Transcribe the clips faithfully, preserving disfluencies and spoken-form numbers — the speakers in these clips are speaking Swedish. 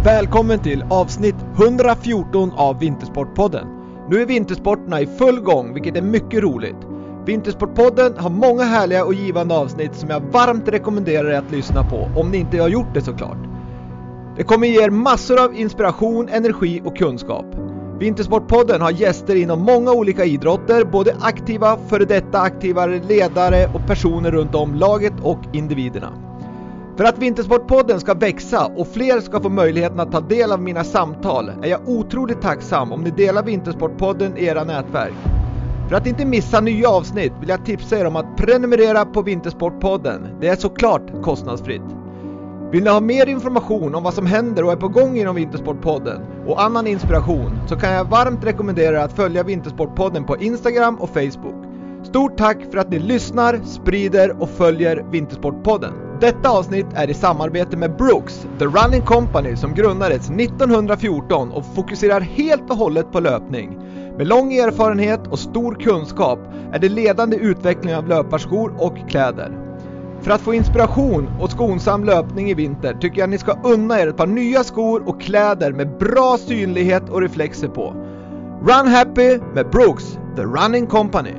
Välkommen till avsnitt hundrafjorton av Vintersportpodden. Nu är vintersporterna i full gång, vilket är mycket roligt. Vintersportpodden har många härliga och givande avsnitt som jag varmt rekommenderar er att lyssna på, om ni inte har gjort det såklart. Det kommer ge er massor av inspiration, energi och kunskap. Vintersportpodden har gäster inom många olika idrotter, både aktiva, före detta aktiva, ledare och personer runt om laget och individerna. För att Vintersportpodden ska växa och fler ska få möjligheten att ta del av mina samtal är jag otroligt tacksam om ni delar Vintersportpodden i era nätverk. För att inte missa nya avsnitt vill jag tipsa er om att prenumerera på Vintersportpodden. Det är såklart kostnadsfritt. Vill ni ha mer information om vad som händer och är på gång inom Vintersportpodden och annan inspiration, så kan jag varmt rekommendera att följa Vintersportpodden på Instagram och Facebook. Stort tack för att ni lyssnar, sprider och följer Vintersportpodden. Detta avsnitt är i samarbete med Brooks, The Running Company, som grundades nittonhundrafjorton och fokuserar helt och hållet på löpning. Med lång erfarenhet och stor kunskap är det ledande utveckling av löparskor och kläder. För att få inspiration och skonsam löpning i vinter tycker jag att ni ska unna er ett par nya skor och kläder med bra synlighet och reflexer på. Run Happy med Brooks, The Running Company.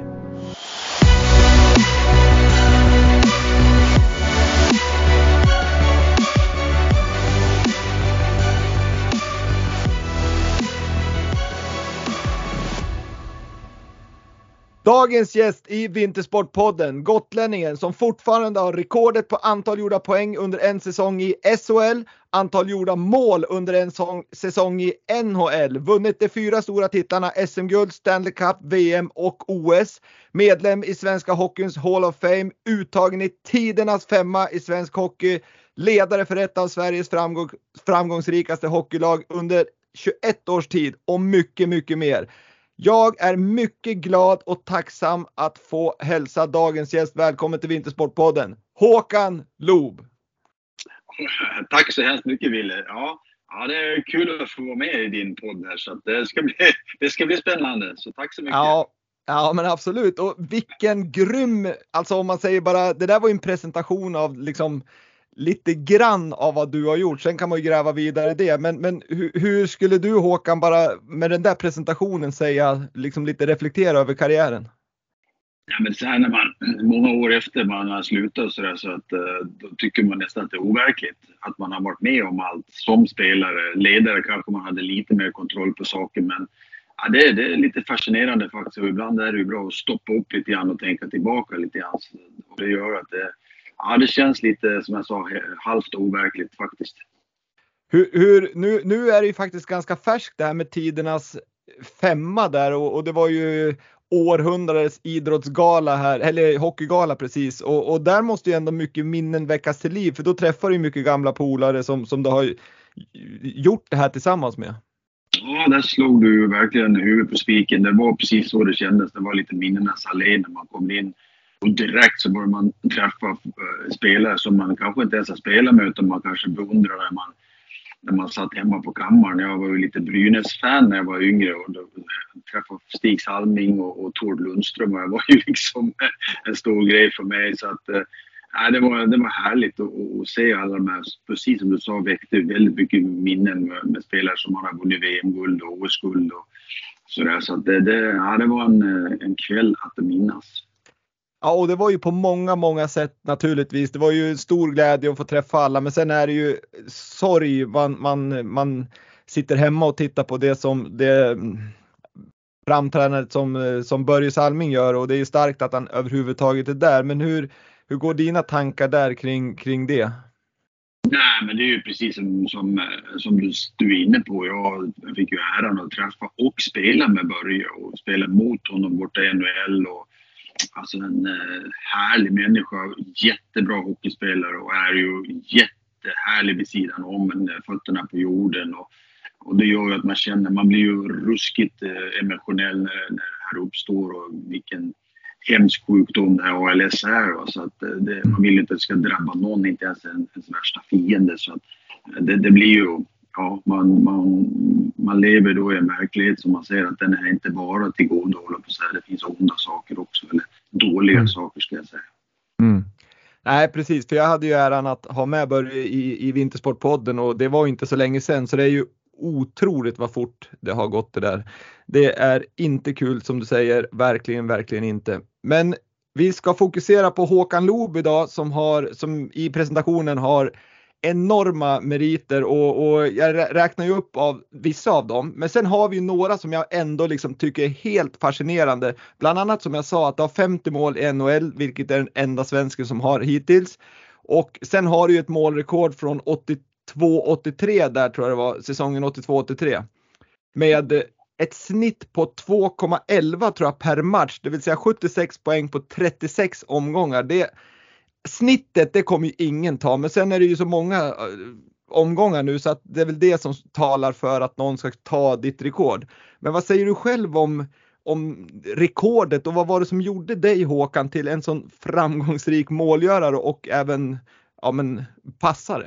Dagens gäst i Vintersportpodden, gotlänningen som fortfarande har rekordet på antal gjorda poäng under en säsong i S H L, antal gjorda mål under en säsong i N H L, vunnit de fyra stora titlarna S M-guld, Stanley Cup, V M och O S, medlem i Svenska Hockeyns Hall of Fame, uttagen i tidernas femma i svensk hockey, ledare för ett av Sveriges framgång, framgångsrikaste hockeylag under tjugoett års tid och mycket, mycket mer. Jag är mycket glad och tacksam att få hälsa dagens gäst välkommen till Vintersportpodden, Håkan Loob. Tack så hemskt mycket, Wille. Ja, ja, det är kul att få vara med i din podd här, så att det, ska bli, det ska bli spännande. Så tack så mycket. Ja, ja, men absolut. Och vilken grym, alltså om man säger bara, det där var ju en presentation av liksom lite grann av vad du har gjort. Sen kan man ju gräva vidare i det. Men, men hur, hur skulle du, Håkan, bara med den där presentationen säga, liksom lite reflektera över karriären? Ja, men så här när man, många år efter man har slutat så, där, så att då tycker man nästan att det är overkligt. Att man har varit med om allt som spelare. Ledare kanske man hade lite mer kontroll på saker. Men ja, det, är, det är lite fascinerande faktiskt. Och ibland är det ju bra att stoppa upp lite grann och tänka tillbaka lite grann. Och det gör att det Ja, det känns lite, som jag sa, halvt overkligt faktiskt. Hur, hur, nu, nu är det ju faktiskt ganska färskt det här med tidernas femma där. Och, och det var ju århundradets idrottsgala här, eller hockeygala precis. Och, och där måste ju ändå mycket minnen väckas till liv. För då träffar du mycket gamla polare som, som du har gjort det här tillsammans med. Ja, där slog du verkligen huvudet på spiken. Det var precis så det kändes. Det var lite minnenas allé när man kom in. Och direkt så börjar man träffa spelare som man kanske inte ens har spelat med, utan man kanske beundrar när man, när man satt hemma på kammaren. Jag var ju lite Brynäs-fan när jag var yngre och då träffade Stig Salming och, och Tord Lundström, och jag var ju liksom en stor grej för mig. Så att, äh, det, var, det var härligt att, att se alla de här, precis som du sa, väckte väldigt mycket minnen med, med spelare som har vunnit V M-guld och O S-guld och sådär. Så att det, det, ja, det var en, en kväll att minnas. Ja, och det var ju på många, många sätt naturligtvis. Det var ju stor glädje att få träffa alla. Men sen är det ju sorg. Man, man, man sitter hemma och tittar på det som det framträdandet som, som Börje Salming gör. Och det är ju starkt att han överhuvudtaget är där. Men hur, hur går dina tankar där kring, kring det? Nej, men det är ju precis som, som, som du, du är inne på. Jag fick ju äran att träffa och spela med Börje. Och spela mot honom borta i N H L och alltså en eh, härlig människa, jättebra hockeyspelare och är ju jättehärlig vid sidan om, med fötterna på jorden. Och, och det gör ju att man känner, man blir ju ruskigt eh, emotionell när, när det här uppstår, och vilken hemsk sjukdom det här A L S är. Va? Så att det, man vill inte att det ska drabba någon, inte ens en, ens värsta fiende. Så att det, det blir ju, ja, man, man, man lever då i en verklighet som man säger att den är inte bara till godo, hålla på så här. Det finns onda saker också, eller dåliga mm. saker ska jag säga. Mm. Nej, precis. För jag hade ju äran att ha med Börje i, i Vintersportpodden och det var inte så länge sedan. Så det är ju otroligt vad fort det har gått det där. Det är inte kul som du säger. Verkligen, verkligen inte. Men vi ska fokusera på Håkan Loob idag som, har, som i presentationen har enorma meriter och, och jag räknar ju upp av vissa av dem. Men sen har vi några som jag ändå liksom tycker är helt fascinerande. Bland annat som jag sa att det har femtio mål i N H L, vilket är den enda svensken som har hittills. Och sen har du ju ett målrekord från åttiotvå åttiotre där tror jag det var, säsongen åttiotvå åttiotre. Med ett snitt på två komma elva tror jag per match, det vill säga sjuttiosex poäng på trettiosex omgångar. Det snittet det kommer ju ingen ta, men sen är det ju så många uh, omgångar nu så att det är väl det som talar för att någon ska ta ditt rekord. Men vad säger du själv om, om rekordet och vad var det som gjorde dig Håkan till en sån framgångsrik målgörare och även ja, men, passare?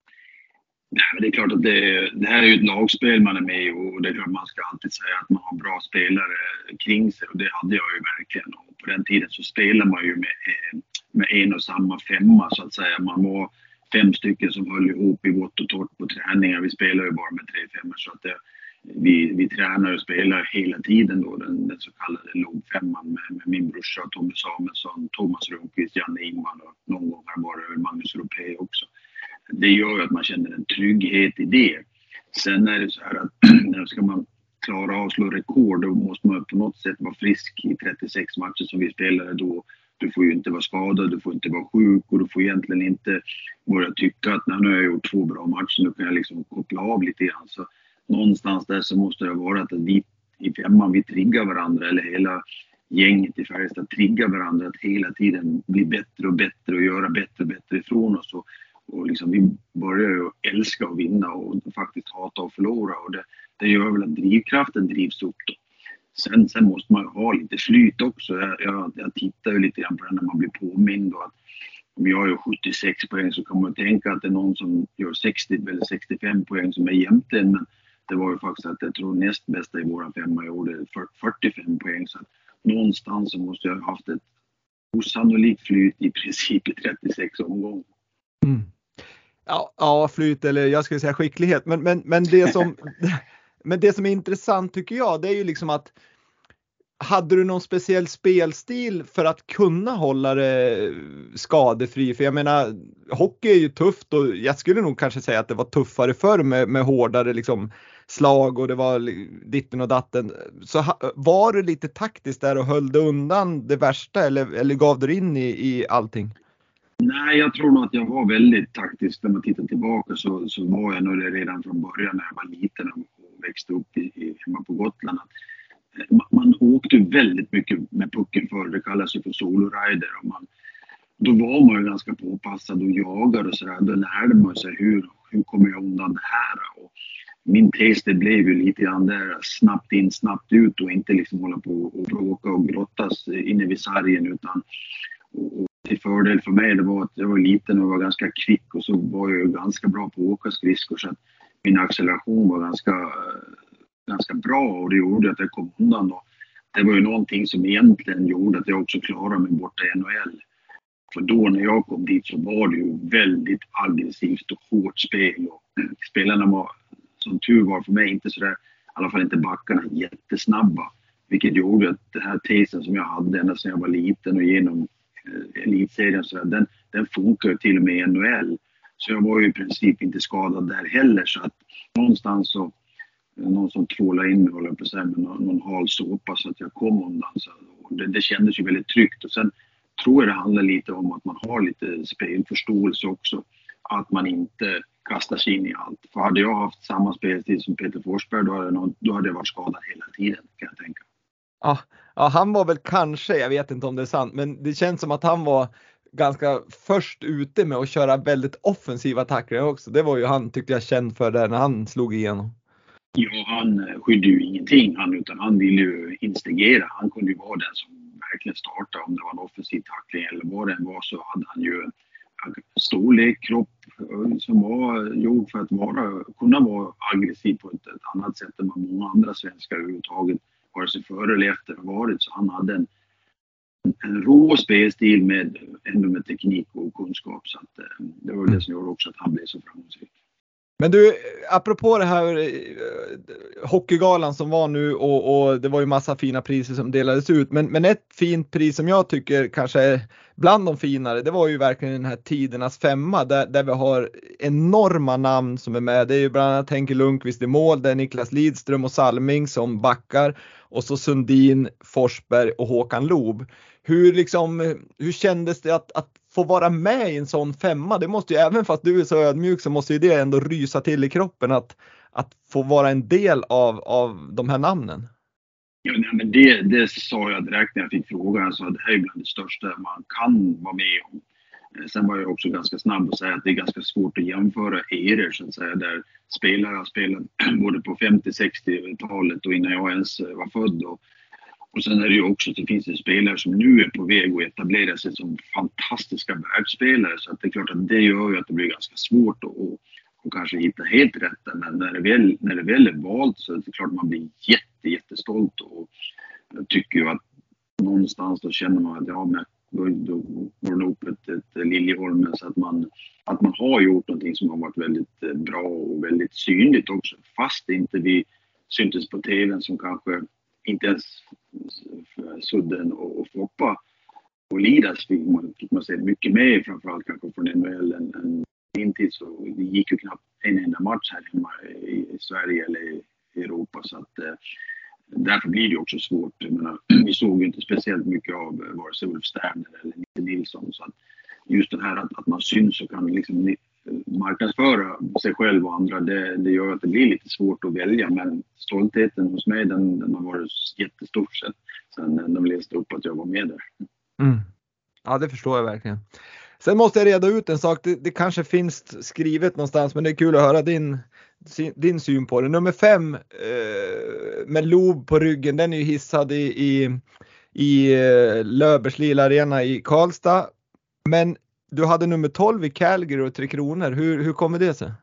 Nej, men det är klart att det, det här är ju ett lagspel man är med i och det är klart man ska alltid säga att man har bra spelare kring sig och det hade jag ju verkligen. Och på den tiden så spelar man ju med, med en och samma femma så att säga. Man var fem stycken som höll ihop i vått och torrt på träningar. Vi spelar ju bara med tre femmor så att det, vi, vi tränar och spelar hela tiden då den, den så kallade lågfemman med, med min brorsa Tommy Samuelsson, Thomas Rundqvist, Janne Ingman och någon gång har bara Magnus Europé också. Det gör ju att man känner en trygghet i det. Sen är det så här att när ska man klara av att slå rekord då måste man på något sätt vara frisk i trettiosex matcher som vi spelade då. Du får ju inte vara skadad, du får inte vara sjuk och du får egentligen inte börja tycka att nu har jag gjort två bra matcher, nu kan jag liksom koppla av lite grann. Så någonstans där så måste det vara att vi i femman vi triggar varandra eller hela gänget i Färjestad triggar varandra att hela tiden bli bättre och bättre och göra bättre och bättre ifrån oss. Och Och liksom vi börjar ju älska att vinna och faktiskt hata att förlora. Och det, det gör väl att drivkraften drivs upp då. Sen, sen måste man ju ha lite flyt också. Jag, jag, jag tittar ju lite grann på det när man blir påmind. Och att om jag gör sjuttiosex poäng så kan man tänka att det är någon som gör sextio eller sextiofem poäng som är jämte. Men det var ju faktiskt att jag tror näst bästa i våran femma gjorde fyrtiofem poäng. Så att någonstans så måste jag ha haft ett osannolikt flyt i princip i trettiosex omgångar. Mm. Ja, ja, flyt eller jag skulle säga skicklighet. Men, men, men, det som, men det som är intressant tycker jag det är ju liksom att hade du någon speciell spelstil för att kunna hålla det skadefri? För jag menar, hockey är ju tufft och jag skulle nog kanske säga att det var tuffare förr med, med hårdare liksom slag och det var ditten och datten. Så var du lite taktiskt där och höll dig undan det värsta eller, eller gav du in i, i allting? Nej, jag tror nog att jag var väldigt taktisk. När man tittar tillbaka så, så var jag nog det redan från början när jag var liten och växte upp i, i, hemma på Gotland. Man, man åkte väldigt mycket med pucken förr, det kallas ju för solorider. Och man, då var man ju ganska påpassad och jagade och sådär. Då lärde man sig hur, hur kommer jag undan det här. Och min tes det blev ju lite grann där snabbt in, snabbt ut och inte liksom hålla på och bråka och grottas inne vid sargen utan och, och till fördel för mig det var att jag var liten och var ganska kvick och så var jag ganska bra på att åka skridskor så att min acceleration var ganska, ganska bra och det gjorde att jag kom undan. Och det var ju någonting som egentligen gjorde att jag också klarade mig borta i N H L. För då när jag kom dit så var det ju väldigt aggressivt och hårt spel och spelarna var som tur var för mig inte sådär, i alla fall inte backarna, jättesnabba. Vilket gjorde att den här tesen som jag hade ända sedan jag var liten och genom elitserien så den, den funkar till och med i N H L. Så jag var ju i princip inte skadad där heller så att någonstans så någon som tvålade in mig håller på sig med någon, någon hal såpa så att jag kom undan. Så det, det kändes ju väldigt tryggt och sen tror jag det handlar lite om att man har lite spelförståelse också. Att man inte kastar sig in i allt. För hade jag haft samma spelstil som Peter Forsberg då hade, någon, då hade jag varit skadad hela tiden kan jag tänka. Ja, ja, han var väl kanske, jag vet inte om det är sant, men det känns som att han var ganska först ute med att köra väldigt offensiva attacker också. Det var ju han tyckte jag känd för det när han slog igenom. Ja, han skydde ju ingenting han, utan han ville ju instigera. Han kunde ju vara den som verkligen startade om det var en offensiv tackling eller vad det än var så hade han ju storlek, kropp som var gjord för att vara, kunna vara aggressiv på ett, ett annat sätt än vad många andra svenskar överhuvudtaget vare sig före eller efter har varit. Så han hade en en rå spelstil med, ändå med teknik och kunskap. Så att, eh, det var det som gjorde också att han blev så framgångsrik. Men du, apropå det här eh, hockeygalan som var nu och, och det var ju massa fina priser som delades ut. Men, men ett fint pris som jag tycker kanske är bland de finare, det var ju verkligen den här tidernas femma där, där vi har enorma namn som är med. Det är ju bland annat Henke Lundqvist i mål, det är Niklas Lidström och Salming som backar och så Sundin, Forsberg och Håkan Loob. Hur, liksom, hur kändes det att, att få vara med i en sån femma? Det måste ju, även fast du är så ödmjuk, så måste ju det ändå rysa till i kroppen att, att få vara en del av, av de här namnen. Ja, nej, men det, det sa jag direkt när jag fick frågan. Jag sa att det här är bland det största man kan vara med om. Sen var jag också ganska snabb att säga att det är ganska svårt att jämföra eror så att säga, där spelare har spelat både på femtio-sextio-talet och innan jag ens var född. Och, och sen är det ju också att det finns det spelare som nu är på väg att etablera sig som fantastiska världsspelare. Så att det är klart att det gör ju att det blir ganska svårt att och, och kanske hitta helt rätt. Men när det, väl, när det väl är valt så är det klart att man blir jätte, jättestolt. Och jag tycker ju att någonstans då känner man att ja, men då, då går det upp ett, ett Liljeholmen så att man, att man har gjort någonting som har varit väldigt bra och väldigt synligt också. Fast inte vi syntes på tvn som kanske inte ens Sudden och, och Foppa och Lidas fick man, fick man se mycket mer, framförallt kanske från N H L än, än min tid. Så det gick ju knappt en enda match här hemma i, i Sverige eller i Europa. Så att eh, därför blir det också svårt. Jag menar, vi såg ju inte speciellt mycket av vare sig Ulf Sterner eller Nisse Nilsson. Så att just det här att, att man syns och kan liksom marknadsföra sig själv och andra, det, det gör att det blir lite svårt att välja. Men stoltheten hos mig, den, den har varit jättestor sen, sen de läste upp att jag var med där. Mm. Ja, det förstår jag verkligen. Sen måste jag reda ut en sak. Det, det kanske finns skrivet någonstans, men det är kul att höra din, din syn på det. Nummer fem eh, med Loob på ryggen, den är ju hissad i, i, i Löfbergs lilla arena i Karlstad. Men du hade nummer tolv i Calgary och Tre Kronor. Hur, hur kommer det sig?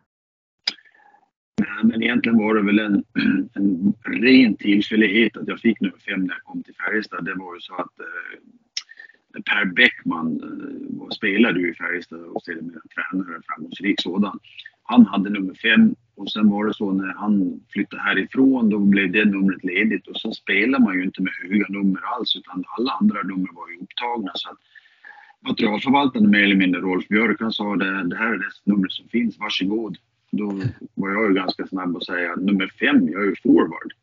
Nej, men egentligen var det väl en, en ren tillfällighet att jag fick nummer fem när jag kom till Färjestad. Det var ju så att eh, Per Bäckman eh, spelade ju i Färjestad och sedan med en tränare, framgångsrik sådan. Han hade nummer fem och sen var det så när han flyttade härifrån, då blev det numret ledigt och så spelar man ju inte med höga nummer alls, utan alla andra nummer var ju upptagna. Så att materialförvaltaren med eller mindre Rolf Björk, han sa det, det här är det nummer som finns, varsågod. Då var jag ju ganska snabb att säga nummer fem, jag är ju forward.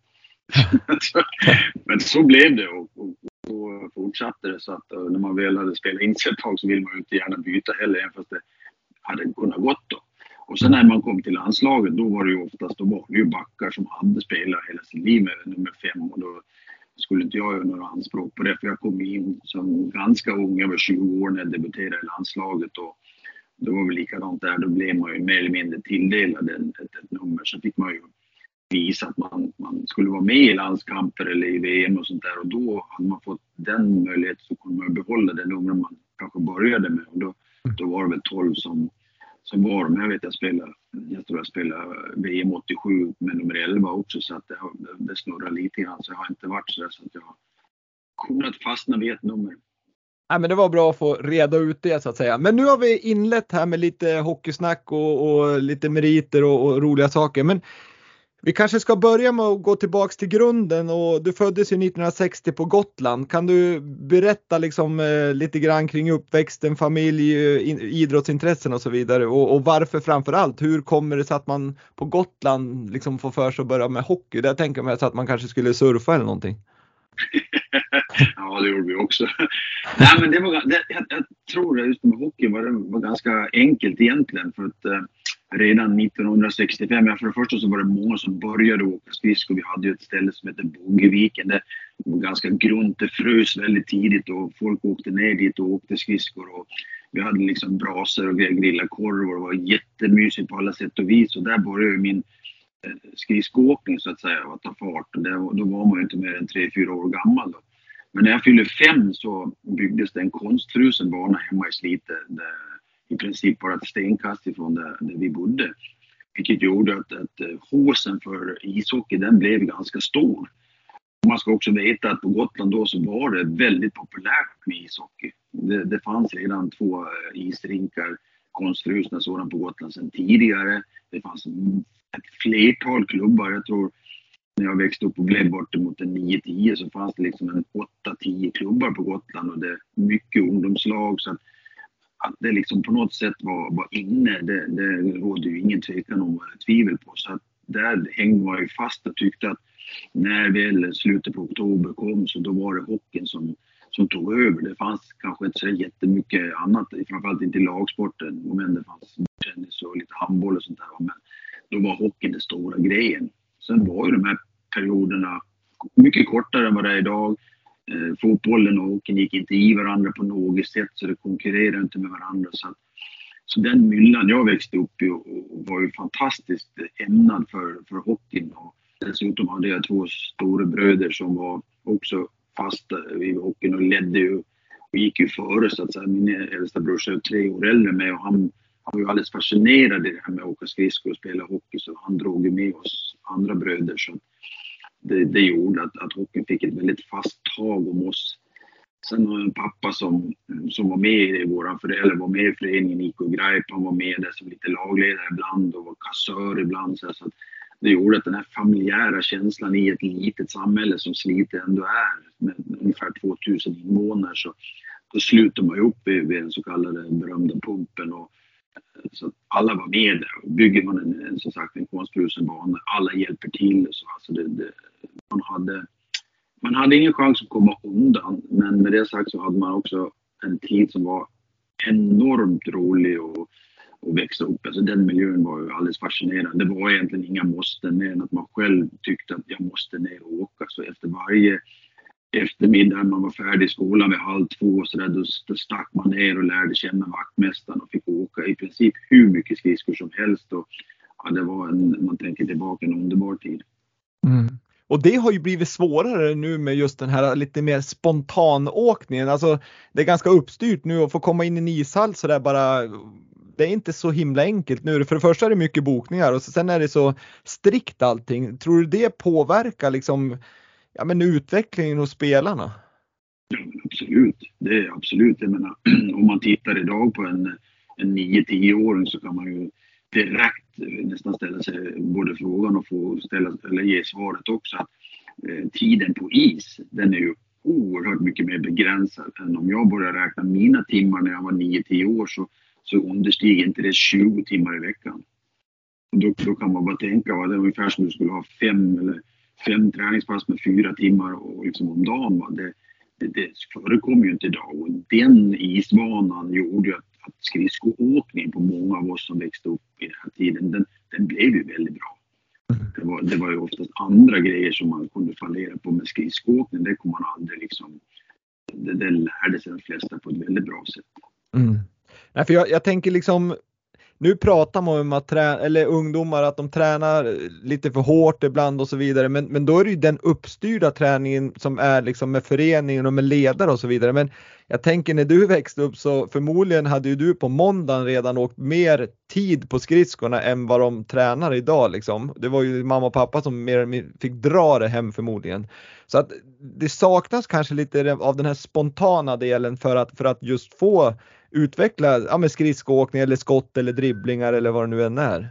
Men så blev det och, och, och fortsatte det, så att när man väl hade spelat in sig ett tag så vill man ju inte gärna byta heller, även fast det hade kunnat gått då. Och sen när man kom till landslaget, då var det ju oftast, då var det ju backar som hade spelat hela sin liv med nummer fem, och då skulle inte jag göra några anspråk på det, för jag kom in som ganska ung, jag var tjugo år när jag debuterade i landslaget, och det var väl likadant där, då blev man ju mer eller mindre tilldelad ett, ett, ett nummer, så fick man ju visa att man, man skulle vara med i landskamper eller i V M och sånt där, och då hade man fått den möjligheten så kunde man behålla det nummer man kanske började med, och då, då var det väl tolv som, som var, men jag vet jag spelade, jag tror jag spelade V M åttiosju med nummer elva också, så att det, det snurrar lite grann, så jag har inte varit så där så att jag har kunnat fastna vid ett nummer. Ja, men det var bra att få reda ut det så att säga. Men nu har vi inlett här med lite hockeysnack och, och lite meriter och, och roliga saker. Men vi kanske ska börja med att gå tillbaks till grunden, och du föddes ju nittonhundrasextio på Gotland. Kan du berätta liksom eh, lite grann kring uppväxten, familj, in, idrottsintressen och så vidare, och, och varför framförallt? Hur kommer det sig att man på Gotland liksom får för sig att börja med hockey? Där tänker man så att man kanske skulle surfa eller någonting. Ja, det gjorde vi också. Nej, men det var, det, jag, jag tror att just med hockey var, det var ganska enkelt egentligen, för att eh, redan nittonhundrasextiofem, ja, för det första så var det många som började åka skridskor. Vi hade ju ett ställe som heter Bågeviken, det var ganska grunt, det frös väldigt tidigt och folk åkte ner dit och åkte skridskor, och vi hade liksom braser och grilla korv, och det var jättemysigt på alla sätt och vis, och där började min skridskoåkning så att säga att ta fart, och det, då var man ju inte mer än tre fyra år gammal då. Men när jag fyllde fem så byggdes det en konstfrusen bana hemma i Slite, där i princip bara ett stenkast ifrån där, där vi bodde. Vilket gjorde att, att håsen för ishockey, den blev ganska stor. Man ska också veta att på Gotland då så var det väldigt populärt med ishockey. Det, det fanns redan två isrinkar, konstfrusna sådan på Gotland sedan tidigare. Det fanns ett flertal klubbar, jag tror när jag växte upp och blev bortemot en nio tio så fanns det liksom en åtta tio klubbar på Gotland och det är mycket ungdomslag så att, att det liksom på något sätt var, var inne, det, det råder ju ingen tvekan om eller tvivel på. Så att där hängde man ju fast och tyckte att när väl slutet på oktober kom så då var det hockeyn som, som tog över. Det fanns kanske inte så jättemycket annat, framförallt inte i lagsporten, men det fanns tennis och lite handboll och sånt där. Men då var hockeyn den stora grejen. Sen var ju de här perioderna mycket kortare än vad det är idag. Eh, fotbollen och hockeyn gick inte i varandra på något sätt så det konkurrerade inte med varandra. Så, att, så den myllan jag växte upp i och, och var ju fantastiskt ämnad för, för hockeyn. Och dessutom hade jag två stora bröder som var också fasta i hockeyn och ledde ju och gick ju före så att säga. Min äldsta brorsa är tre år äldre med och han var ju alldeles fascinerad i det här med att åka skridskor och spela hockey så han drog ju med oss andra bröder så det, det gjorde att, att hockeyn fick ett väldigt fast tag om oss. Sen har jag en pappa som, som var med i våran föräldrar, var med i föreningen I K Greip, han var med där som lite lagledare ibland och var kassör ibland så, så att det gjorde att den här familjära känslan i ett litet samhälle som Slite ändå är med ungefär tvåtusen invånare så då slutar man ju upp vid, vid den så kallade berömda pumpen och så att alla var med där och bygger man en, en som sagt en konstfrusen bana, alla hjälper till och så alltså det, det, man hade man hade ingen chans att komma undan men med det sagt så hade man också en tid som var enormt rolig och och växa upp. Alltså den miljön var ju alldeles fascinerande. Det var egentligen inga måsten mer än att man själv tyckte att jag måste ner och åka. Så efter varje eftermiddag man var färdig i skolan vid halv två så där, då, då stack man ner och lärde känna vaktmästaren och fick åka i princip hur mycket skridskor som helst. Och, ja, det var en, man tänker tillbaka, en underbar tid. Mm. Och det har ju blivit svårare nu med just den här lite mer spontanåkningen. Alltså det är ganska uppstyrt nu att få komma in i en ishall så där bara. Det är inte så himla enkelt nu. För det första är det mycket bokningar och sen är det så strikt allting. Tror du det påverkar liksom, ja, men utvecklingen hos spelarna? Ja, absolut. Det är absolut. Jag menar, om man tittar idag på en, en nio tio-åring så kan man ju direkt nästan ställa sig både frågan och få ställa, eller ge svaret också. Att, eh, tiden på is, den är ju oerhört mycket mer begränsad än om jag började räkna mina timmar när jag var nio tio år så så understiger inte det tjugo timmar i veckan. Och då, då kan man bara tänka att det är ungefär som du skulle ha fem, eller fem träningspass med fyra timmar och liksom om dagen. Va? Det, det, det förekommer ju inte idag. Och den isvanan gjorde ju att, att skridskoåkning på många av oss som växte upp i den här tiden, den, den blev ju väldigt bra. Det var, det var ju oftast andra grejer som man kunde fallera på med skridskoåkning. Det kom man aldrig liksom, det, det lärde sig de flesta på ett väldigt bra sätt. Mm. Nej, för jag, jag tänker liksom, nu pratar man om att träna, eller ungdomar att de tränar lite för hårt ibland och så vidare. Men, men då är det ju den uppstyrda träningen som är liksom med föreningen och med ledare och så vidare. Men jag tänker när du växte upp så förmodligen hade ju du på måndagen redan åkt mer tid på skridskorna än vad de tränar idag liksom. Det var ju mamma och pappa som mer fick dra det hem förmodligen. Så att det saknas kanske lite av den här spontana delen för att, för att just få utveckla ja, med skridskoåkning eller skott eller dribblingar eller vad det nu än är.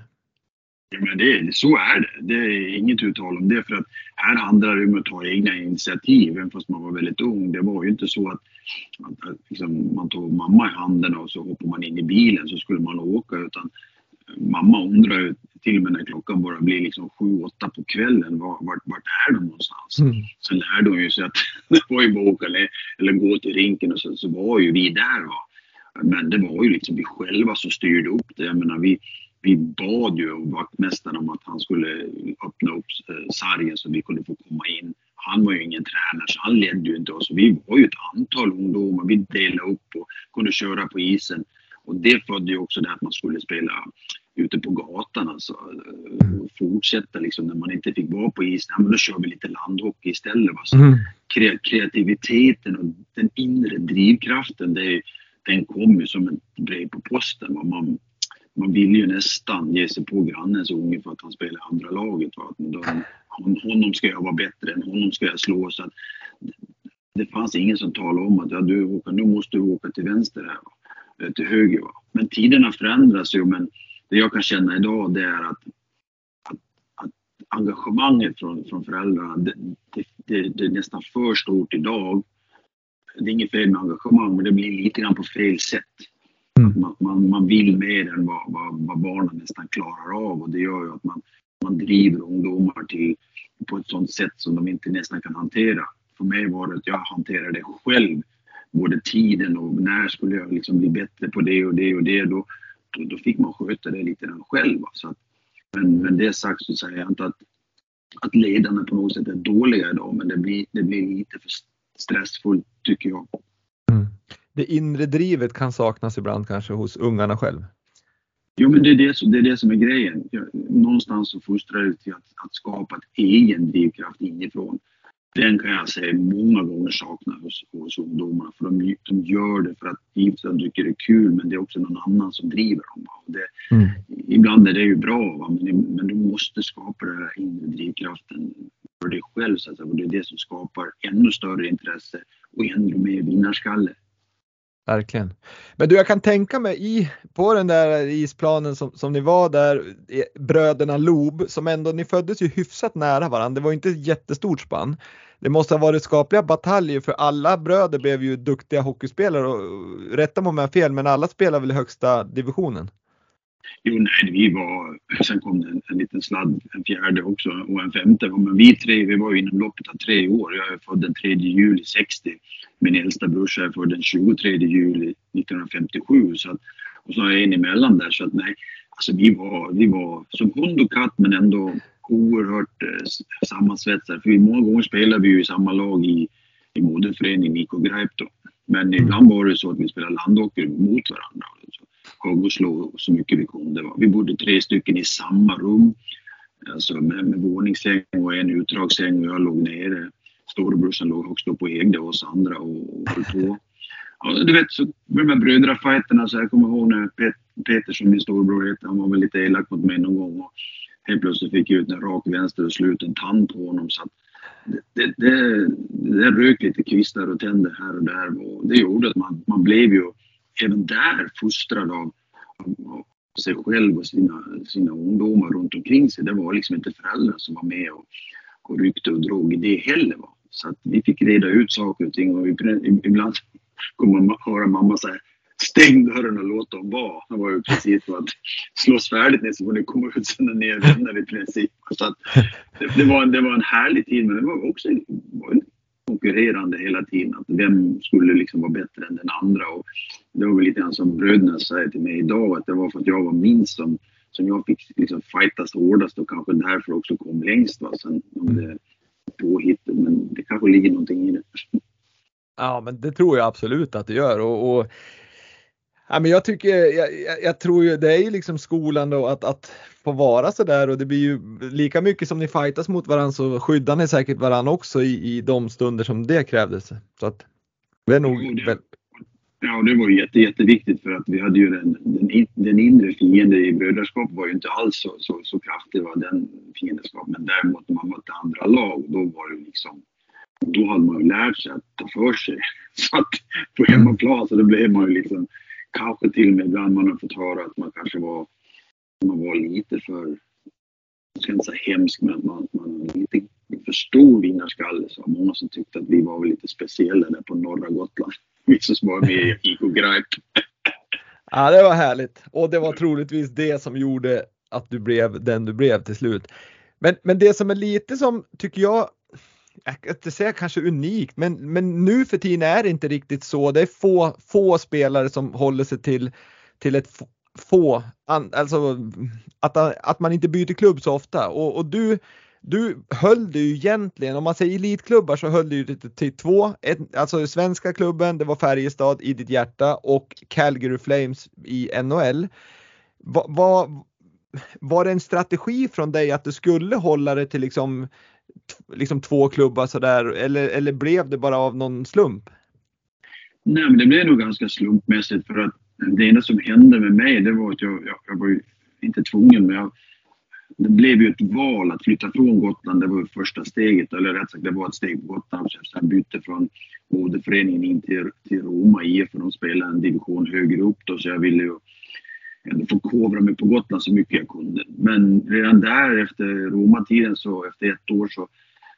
Ja, men det, så är det. Det är inget uttal om det för att här handlar det om att ta egna initiativ även fast man var väldigt ung. Det var ju inte så att, att liksom, man tog mamma i handen och så hoppar man in i bilen så skulle man åka utan mamma undrar ju till och med när klockan bara blir liksom sju åtta på kvällen vart, vart, vart är de någonstans? Mm. Så lärde hon ju sig att det var ju bara åka eller, eller gå till rinken och så, så var ju vi där va. Men det var ju liksom vi själva som styrde upp det. Jag menar, vi, vi bad ju vaktmästaren om att han skulle öppna upp sargen så vi kunde få komma in. Han var ju ingen tränare så han ledde ju inte oss. Vi var ju ett antal ungdomar. Vi delade upp och kunde köra på isen. Och det födde ju också det att man skulle spela ute på gatan. Alltså, och fortsätta liksom när man inte fick vara på isen. Ja, men då kör vi lite landhockey istället. Va? Så mm. Kreativiteten och den inre drivkraften det är den kom ju som ett brev på posten. Man, man ville ju nästan ge sig på grannens unge för att han spelade andra laget. Va? Men de honom ska jag vara bättre än honom ska jag slå. Så att det fanns ingen som talade om att ja, du, Håkan, nu måste du åka till vänster här, va? Till höger. Va? Men tiderna förändras ju, men det jag kan känna idag det är att, att, att engagemanget från, från föräldrarna det, det, det, det är nästan för stort idag. Det är inget fel med engagemang, men det blir lite grann på fel sätt. Mm. Man, man, man vill mer än vad, vad, vad barnen nästan klarar av, och det gör ju att man, man driver ungdomar till, på ett sådant sätt som de inte nästan kan hantera. För mig var det att jag hanterade det själv, både tiden och när skulle jag liksom bli bättre på det och det och det. Då, då, då fick man sköta det lite grann själv. Så att, men, men det sagt så säger jag inte att, att ledarna på något sätt är dåliga idag, men det blir, det blir lite för stressfullt tycker jag. Mm. Det inre drivet kan saknas ibland kanske hos ungarna själv. Jo, men det är det, det är det som är grejen. Någonstans så fostrar det till att, att skapa ett egen drivkraft inifrån. Den kan jag säga många gånger saknar hos, hos ungdomar. För de, de gör det för att de tycker det är kul, men det är också någon annan som driver dem. Det, mm. Ibland är det ju bra, va? Men, men du måste skapa den här inre drivkraften för dig själv. Så att, och det är det som skapar ännu större intresse och ännu mer vinnarskalle. Verkligen. Men du, jag kan tänka mig i, på den där isplanen som, som ni var där, bröderna Lob, som ändå, ni föddes ju hyfsat nära varandra. Det var inte ett jättestort spann. Det måste ha varit skapliga bataljer, för alla bröder blev ju duktiga hockeyspelare. Och, rätta mig om jag har fel, men alla spelar väl i högsta divisionen? Jo, nej, vi var, sen kom det en, en liten sladd, en fjärde också och en femte. Men vi tre, vi var inom loppet av tre år. Jag är född den tredje juli sextio. Min äldsta brorsa är född den tjugotredje juli nittonhundrafemtiosju. Så att, och så har jag en emellan där. Så att nej, alltså vi var, vi var som hund och katt, men ändå oerhört eh, sammansvetsade. För vi, många gånger spelade vi ju i samma lag i, i moderföreningen I K Greip då. Men ibland var det så att vi spelade landhockey mot varandra. Och slå så mycket vi kunde. Vi bodde tre stycken i samma rum. Alltså med, med våningssäng och en utdragssäng, och jag låg nere. Storebrorsan låg högst upp och ägde oss andra och, och höll på. Och du vet, så med de här brödrafajterna, så jag kommer ihåg när Pet, Peter som min storebror heter, han var väl lite elak mot mig någon gång. Och helt plötsligt fick jag ut en rak vänster och slut en tand på honom. Så att det, det, det, det rök lite kvistar och tänder här och där. Och det gjorde att man, man blev ju även där fostrad av, av sig själv och sina, sina ungdomar runt omkring sig. Det var liksom inte föräldrar som var med och, och ryckte och drog i det heller. Va? Så att vi fick reda ut saker och ting, och vi, ibland kommer man höra mamma säga stäng dörren och låt dem vara. Det var ju precis för att slås färdigt ner så får ni komma ut sen när ni är vänner i princip. Så att det, det, var en, det var en härlig tid, men det var också var en konkurrerande hela tiden. Att vem skulle liksom vara bättre än den andra. Och det var väl lite grann som bröderna säger till mig idag, att det var för att jag var minst som, som jag fick liksom fightas hårdast och kanske därför också kom längst. Va? Sen om det påhittet, men det kanske ligger någonting i det. Ja, men det tror jag absolut att det gör. Och, och ja, men jag tycker, jag, jag tror ju det är ju liksom skolan då, att, att få vara så där, och det blir ju lika mycket som ni fightas mot varandra, så skyddar ni säkert varandra också i, i de stunder som det krävdes. Så att det är nog ja, det, väl... ja, det var jätte, jätteviktigt, för att vi hade ju den, den, den inre fienden i brödraskap var ju inte alls så, så, så kraftig, var den fiendskap, men däremot när man mötte andra lag, då var det liksom, då hade man ju lärt sig att ta för sig. Så att på hemmaplan så det blev man ju liksom, kanske till och med ibland man har fått höra att man kanske var, man var lite för, jag ska inte säga hemsk, men man, man var lite för stor vinnarskalle. Så många som tyckte att vi var lite speciella där på norra Gotland. Vi som var med i I K Greip. Ja, det var härligt. Och det var troligtvis det som gjorde att du blev den du blev till slut. Men, men det som är lite som, tycker jag, jag kan inte säga kanske unikt, men, men nu för tiden är det inte riktigt så. Det är få, få spelare som håller sig till, till ett få, alltså att, att man inte byter klubb så ofta. Och, och du, du höll det ju egentligen, om man säger elitklubbar så höll du ju det till två. Ett, alltså svenska klubben, det var Färjestad i ditt hjärta, och Calgary Flames i N H L. Va, va, var det en strategi från dig att du skulle hålla det till liksom liksom två klubbar så där, eller eller blev det bara av någon slump? Nej, men det blev nog ganska slumpmässigt, för att det enda som hände med mig, det var att jag jag, jag var ju inte tvungen, men jag det blev ju ett val att flytta från Gotland. Det var ju första steget, eller rätt sagt det var ett steg på Gotland. Sen bytte från moderföreningen in till, till Roma I F, för de spelade en division högre upp då, så jag ville ju ändå få kovra mig på Gotland så mycket jag kunde. Men redan där efter Roma-tiden, så efter ett år så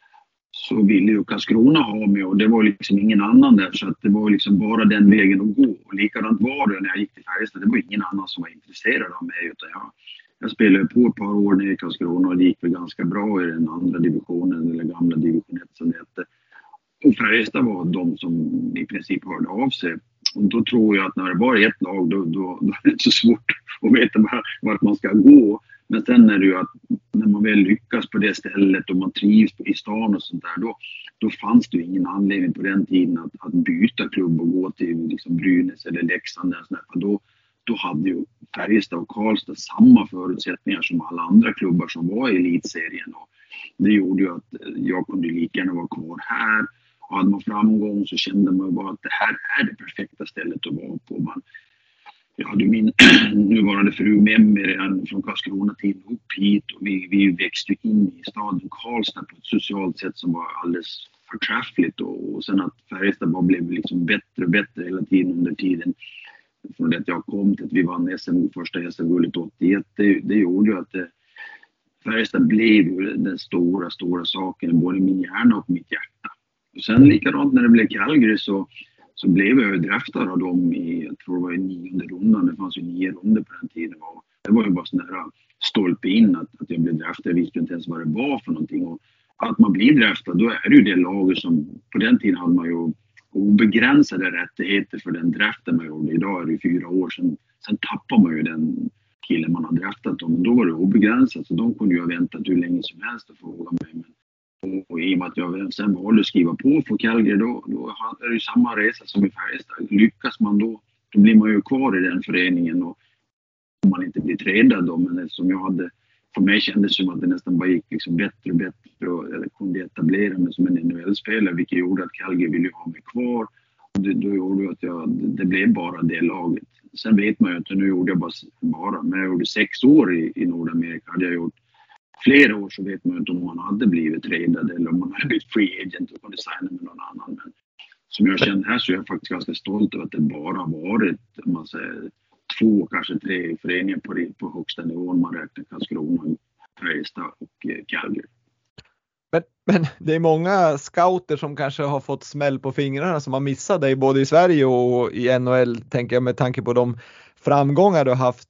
så ville ju Karlskrona ha mig, och det var liksom ingen annan där, så att det var liksom bara den vägen att gå. Och likadant var det när jag gick till Färjestad, det var ingen annan som var intresserad av mig, utan jag, jag spelade på ett par år nere i Karlskrona och det gick väl ganska bra i den andra divisionen, eller gamla division ett som det hette. Och Färjestad var de som i princip hörde av sig. Och då tror jag att när det bara är ett lag, då, då, då är det inte så svårt att veta vart man ska gå. Men sen är det ju att när man väl lyckas på det stället och man trivs i stan och sånt där, då, då fanns det ju ingen anledning på den tiden att, att byta klubb och gå till liksom Brynäs eller Leksand. För då, då hade ju Färjestad och Karlstad samma förutsättningar som alla andra klubbar som var i elitserien. Och det gjorde ju att jag kunde lika gärna vara kvar här. Och hade man framgång så kände man bara att det här är det perfekta stället att vara på. Man, jag hade min nuvarande fru med mig redan från Karlskrona till upp hit, och vi, vi växte in i staden Karlstad på ett socialt sätt som var alldeles förträffligt. Och, och sen att Färjestad bara blev liksom bättre och bättre hela tiden under tiden. Från det att jag kom till att vi vann S M, första S M-guldet åttioett, det, det gjorde ju att det, Färjestad blev ju den stora, stora saken både i min hjärna och mitt hjärta. Och sen likadant när det blev Calgary så, så blev jag draftad av dem i, jag tror det var i nionde rundan. Det fanns ju nio runder på den tiden. Och det var ju bara sån där stolpe in att, att jag blev draftad. Jag visste inte ens vad det var för någonting. Och att man blir draftad, då är det ju det laget som, på den tiden hade man ju obegränsade rättigheter för den draften man gjorde. Idag är det ju fyra år sedan. Sen tappar man ju den killen man har draftat om. Men då var det obegränsat, så de kunde ju ha väntat hur länge som helst att fråga mig. Men och i och med att jag sen valde att skriva på för Calgary, då, då är det ju samma resa som i Färjestad. Lyckas man då, då blir man ju kvar i den föreningen, och om man inte blir tradad då. Men som jag hade, för mig kändes det som att det nästan bara gick liksom bättre och bättre, och jag kunde etablera mig som en N H L-spelare, vilket gjorde att Calgary ville ha mig kvar. Och det, då gjorde det att jag, det blev bara det laget. Sen vet man ju inte, nu gjorde jag bara, bara men jag gjorde sex år i, i Nordamerika. Hade jag gjort flera år så vet man inte om man hade blivit tradad eller om man hade blivit free agent och kunde signa med någon annan. Men som jag känner här så är jag faktiskt ganska stolt över att det bara har varit, man säger, två, kanske tre föreningar på, på högsta nivån. Man räknar Karlskrona, Färjestad och Calgary. Men, men det är många scouter som kanske har fått smäll på fingrarna som har missat dig både i Sverige och i N H L, tänker jag, med tanke på de framgångar du har haft.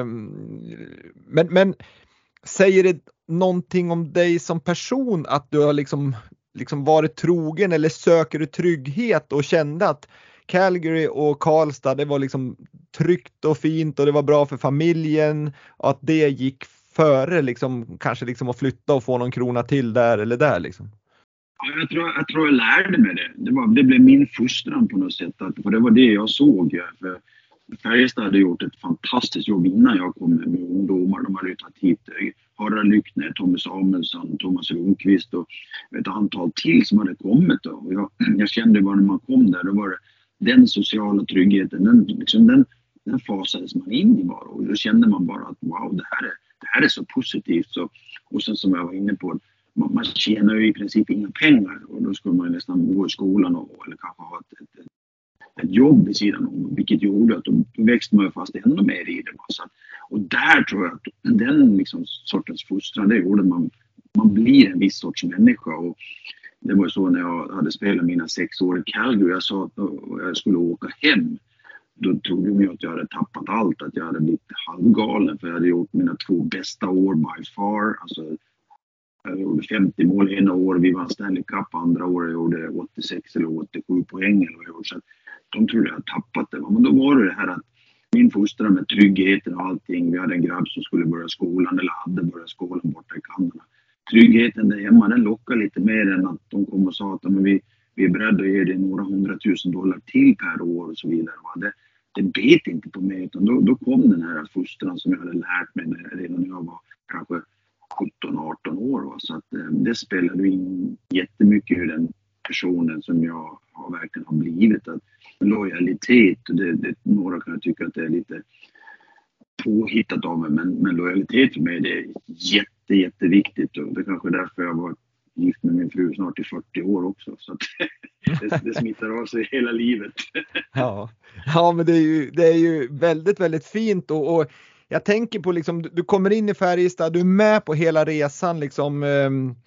Men, men säger det någonting om dig som person att du har liksom, liksom varit trogen, eller söker du trygghet och kände att Calgary och Karlstad, det var liksom tryggt och fint och det var bra för familjen, och att det gick före liksom, kanske liksom att flytta och få någon krona till där eller där liksom? Ja, jag, tror, jag tror jag lärde mig det. Det, var, det blev min fostran på något sätt. Att, för det var det jag såg. För Färjestad hade gjort ett fantastiskt jobb innan jag kom med, med ungdomar. De hade tagit hit Harald Lyckner, Tommy Samuelsson, Thomas Rundqvist och ett antal till som hade kommit. Då. Och jag, jag kände bara när man kom där, då var det den sociala tryggheten, den, liksom den, den fasades man in i bara. Och då kände man bara att wow, det här är, det här är så positivt. Så, och sen som jag var inne på, man, man tjänar ju i princip inga pengar. Och då skulle man nästan gå i skolan och, eller kanske ha ett, ett, ett jobb vid sidan om. Vilket gjorde att då växte man fast ännu mer i det. Så att, och där tror jag att den liksom sortens fostran, det gjorde att man, man blir en viss sorts människa. Och det var så när jag hade spelat mina sex år i Calgary. Jag sa att jag skulle åka hem. Då trodde de att jag hade tappat allt. Att jag hade blivit halvgalen. För jag hade gjort mina två bästa år by far. Alltså, jag gjorde femtio mål ena år. Vi vann Stanley Cup andra år. Jag gjorde åttiosex eller åttiosju poäng. Eller vad jag gjorde. Så de trodde jag hade tappat det. Men då var det det här att min fostran med tryggheten och allting. Vi hade en grabb som skulle börja skolan. Eller hade börjat skolan borta i Kanada. Tryggheten där hemma, den lockar lite mer än att de kom och sa att men vi, vi är beredda att ge dig några hundratusen dollar till per år och så vidare. Det, det bet inte på mig, utan då, då kom den här fostran som jag hade lärt mig när, redan när jag var kanske sjutton arton år. Så att, det spelade in jättemycket i den personen som jag har verkligen har blivit. Att lojalitet, det, det, några kan tycka att det är lite påhittat av mig, men, men lojalitet för mig, det är jätte jätte, jätteviktigt. Och det är kanske därför jag var gift med min fru snart i fyrtio år också. Så att det, det smittar av sig hela livet. Ja, ja men det är ju, det är ju väldigt, väldigt fint. Och, och jag tänker på liksom, du kommer in i Färjestad, du är med på hela resan liksom. Um,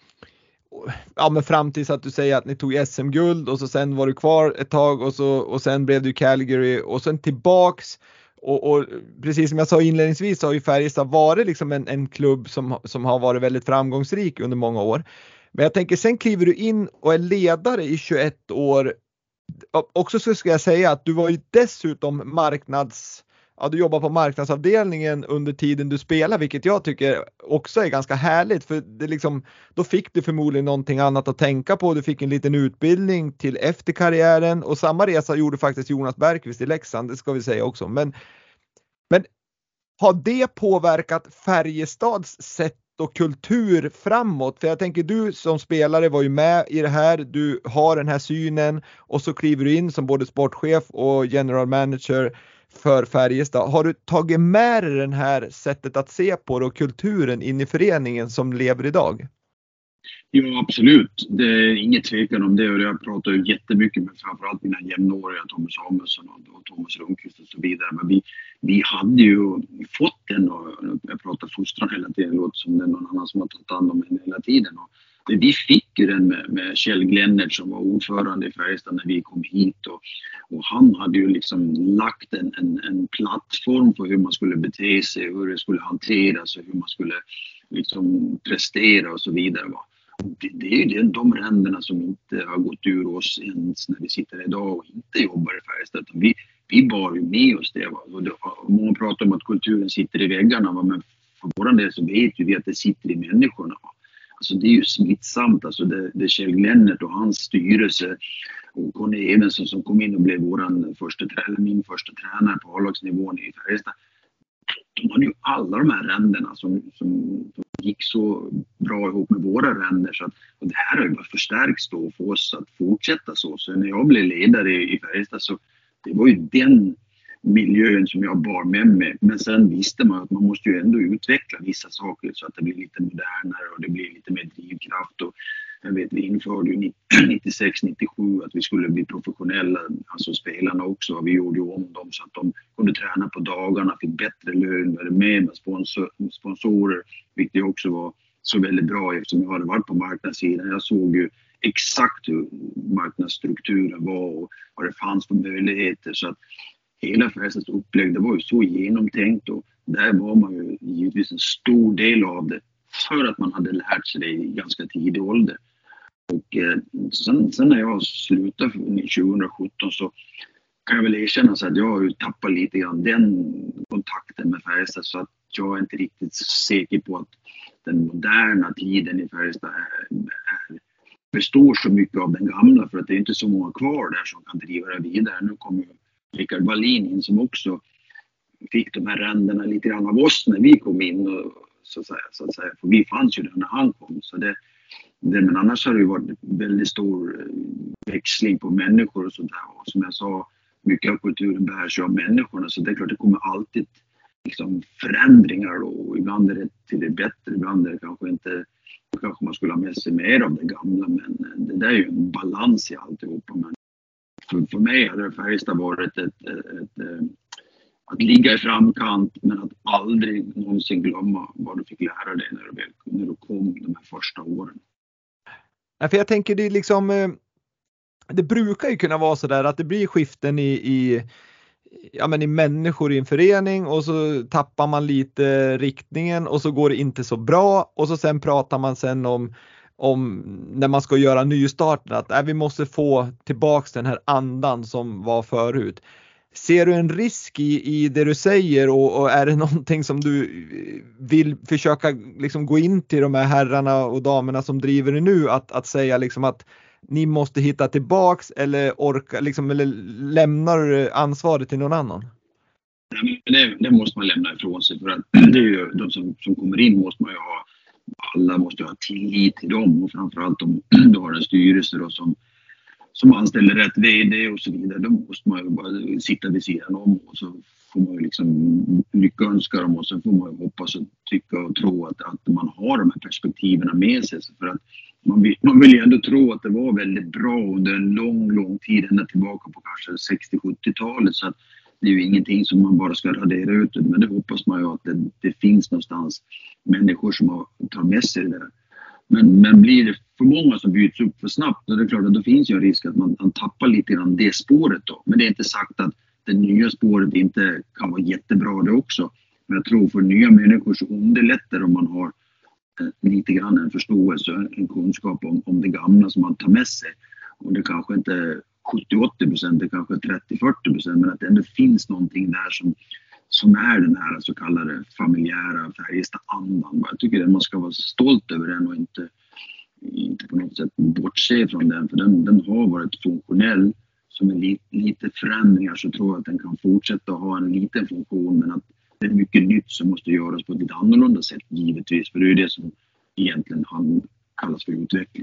ja men fram tills att du säger att ni tog S M-guld och så sen var du kvar ett tag och, så, och sen blev du Calgary och sen tillbaks. Och, och precis som jag sa inledningsvis så har ju Färjestad varit liksom en, en klubb som, som har varit väldigt framgångsrik under många år. Men jag tänker sen kliver du in och är ledare i tjugoett år. Också så ska jag säga att du var ju dessutom marknads... Ja, du jobbar på marknadsavdelningen under tiden du spelar, vilket jag tycker också är ganska härligt. För det liksom, då fick du förmodligen någonting annat att tänka på. Du fick en liten utbildning till efter karriären. Och samma resa gjorde faktiskt Jonas Bergqvist i Leksand, det ska vi säga också. Men, men har det påverkat Färjestads sätt och kultur framåt? För jag tänker, du som spelare var ju med i det här, du har den här synen och så kliver du in som både sportchef och general manager för Färjestad. Har du tagit med dig den här sättet att se på det och kulturen in i föreningen som lever idag? Ja, absolut. Det är inget tvekan om det, och jag pratar ju jättemycket med framförallt mina jämnåriga Thomas Samuelsson och Thomas Lundqvist och så vidare. Men vi, vi hade ju fått den, och jag pratar fostran hela tiden, det låter som det är någon annan som har tagit hand om den hela tiden. Och vi fick ju den med, med Kjell Glennert som var ordförande i Färjestad när vi kom hit, och, och han hade ju liksom lagt en, en, en plattform för hur man skulle bete sig, hur det skulle hanteras och hur man skulle liksom prestera och så vidare. Va? Det, det är ju de ränderna som inte har gått ur oss ens när vi sitter idag och inte jobbar i Färjestad. Vi, vi bar ju med oss det. Va? Och det, och många pratar om att kulturen sitter i väggarna, va? Men för våran del så vet vi att det sitter i människorna. Va? Alltså det är ju smittsamt. Alltså det, det är Kjell Glennert och hans styrelse och Conny Evensson som kom in och blev våran första, min första tränare på A-lagsnivån i Färjestad. De hade ju alla de här ränderna som, som, som gick så bra ihop med våra ränder. Så att, och det här har ju bara förstärkts då för oss att fortsätta så. Så när jag blev ledare i, i Färjestad så det var ju den miljön som jag bar med mig. Men sen visste man att man måste ju ändå utveckla vissa saker så att det blir lite modernare och det blir lite mer drivkraft. Och jag vet, vi införde ju nittiosex nittiosju att vi skulle bli professionella, alltså spelarna också. Vi gjorde ju om dem så att de kunde träna på dagarna, fick bättre lön, var med med sponsor, sponsorer, vilket också var så väldigt bra eftersom jag hade varit på marknadssidan. Jag såg ju exakt hur marknadsstrukturen var och vad det fanns för möjligheter. Så att hela Färjestads upplägg, det var ju så genomtänkt, och där var man ju givetvis en stor del av det för att man hade lärt sig det i ganska tidig ålder. Och eh, sen, sen när jag slutade tjugohundrasjutton så kan jag väl erkänna så att jag har ju tappat lite grann den kontakten med Färjestad, så att jag är inte riktigt säker på att den moderna tiden i Färjestad är, är, består så mycket av den gamla, för att det är inte så många kvar där som kan driva det vidare. Nu kommer ju Rickard Wallin in som också fick de här ränderna lite grann av oss när vi kom in, och, så, att säga, så att säga, för vi fanns ju där när han kom. Så det, det, men annars har det ju varit väldigt stor växling på människor och sånt där. Och som jag sa, mycket av kulturen bärs ju av människorna, så det är klart det kommer alltid liksom förändringar, och ibland är det till det bättre, ibland är det kanske inte, kanske man skulle ha med sig mer av det gamla, men det där är ju en balans i alltihopa. Men för, för mig har det Färjestad varit ett, ett, ett, ett, att ligga i framkant, men att aldrig någonsin glömma vad du fick lära dig när du, när du kom de här första åren. Ja, för jag tänker det är liksom, det brukar ju kunna vara så där att det blir skiften i, i ja men i människor i en förening, och så tappar man lite riktningen och så går det inte så bra, och så sen pratar man sen om om när man ska göra nystarten att äh, vi måste få tillbaks den här andan som var förut. Ser du en risk i, i det du säger, och, och är det någonting som du vill försöka liksom gå in till de här herrarna och damerna som driver det nu, att, att säga liksom att ni måste hitta tillbaks, eller orka liksom, eller lämnar ansvaret till någon annan? Det, det måste man lämna ifrån sig, för att det är ju de som, som kommer in måste man ju ha, alla måste ha tillit till dem, och framförallt om du har en styrelse då som, som anställer rätt vd och så vidare, då måste man ju bara sitta vid sidan om och så får man ju liksom lyckönska dem och så får man ju hoppas och tycka och tro att, att man har de här perspektiven med sig. För att man vill, man vill ju ändå tro att det var väldigt bra under en lång, lång tid, ända tillbaka på kanske sextio-sjuttiotalet, så att det är ju ingenting som man bara ska radera ut, men det hoppas man ju att det, det finns någonstans människor som har, tar med sig det där. Men, men blir det för många som byts upp för snabbt, då är det klart att då finns ju en risk att man, man tappar lite grann det spåret då. Men det är inte sagt att det nya spåret inte kan vara jättebra det också. Men jag tror för nya människor så underlättar om man har eh, lite grann en förståelse, en kunskap om, om det gamla som man tar med sig. Och det kanske inte sjuttio-åttio procent, det kanske trettio till fyrtio procent, men att det ändå finns någonting där som som är den här så kallade familjära Färjestad-andan. Jag tycker att man ska vara stolt över den och inte, inte på något sätt bortse från den. För den, den har varit funktionell. Så med lite, lite förändringar så tror jag att den kan fortsätta att ha en liten funktion. Men att det är mycket nytt som måste göras på ett lite annorlunda sätt givetvis. För det är det som egentligen han kallas för utveckling.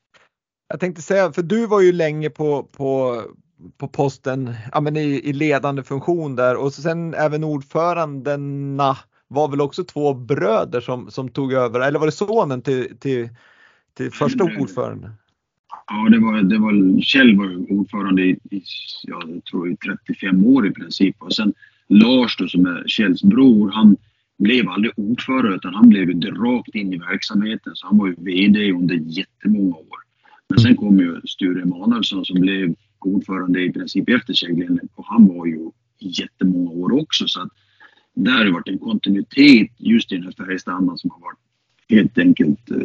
Jag tänkte säga, för du var ju länge på... på... på posten, ja, men i, i ledande funktion där, och så sen även ordförandena var väl också två bröder som, som tog över, eller var det sonen till, till, till första ordförande? Ja, det var, det var Kjell var ordförande i, i ja, jag tror i trettiofem år i princip, och sen Lars då, som är Kjells bror, han blev aldrig ordförande utan han blev ju rakt in i verksamheten, så han var ju vd under jättemånga år. Men sen kom ju Sture Emanuelsson som blev ordförande i princip efter Käglen, och han var ju jättemånga år också, så att där har det varit en kontinuitet just i den här Färjestad som har varit helt enkelt eh,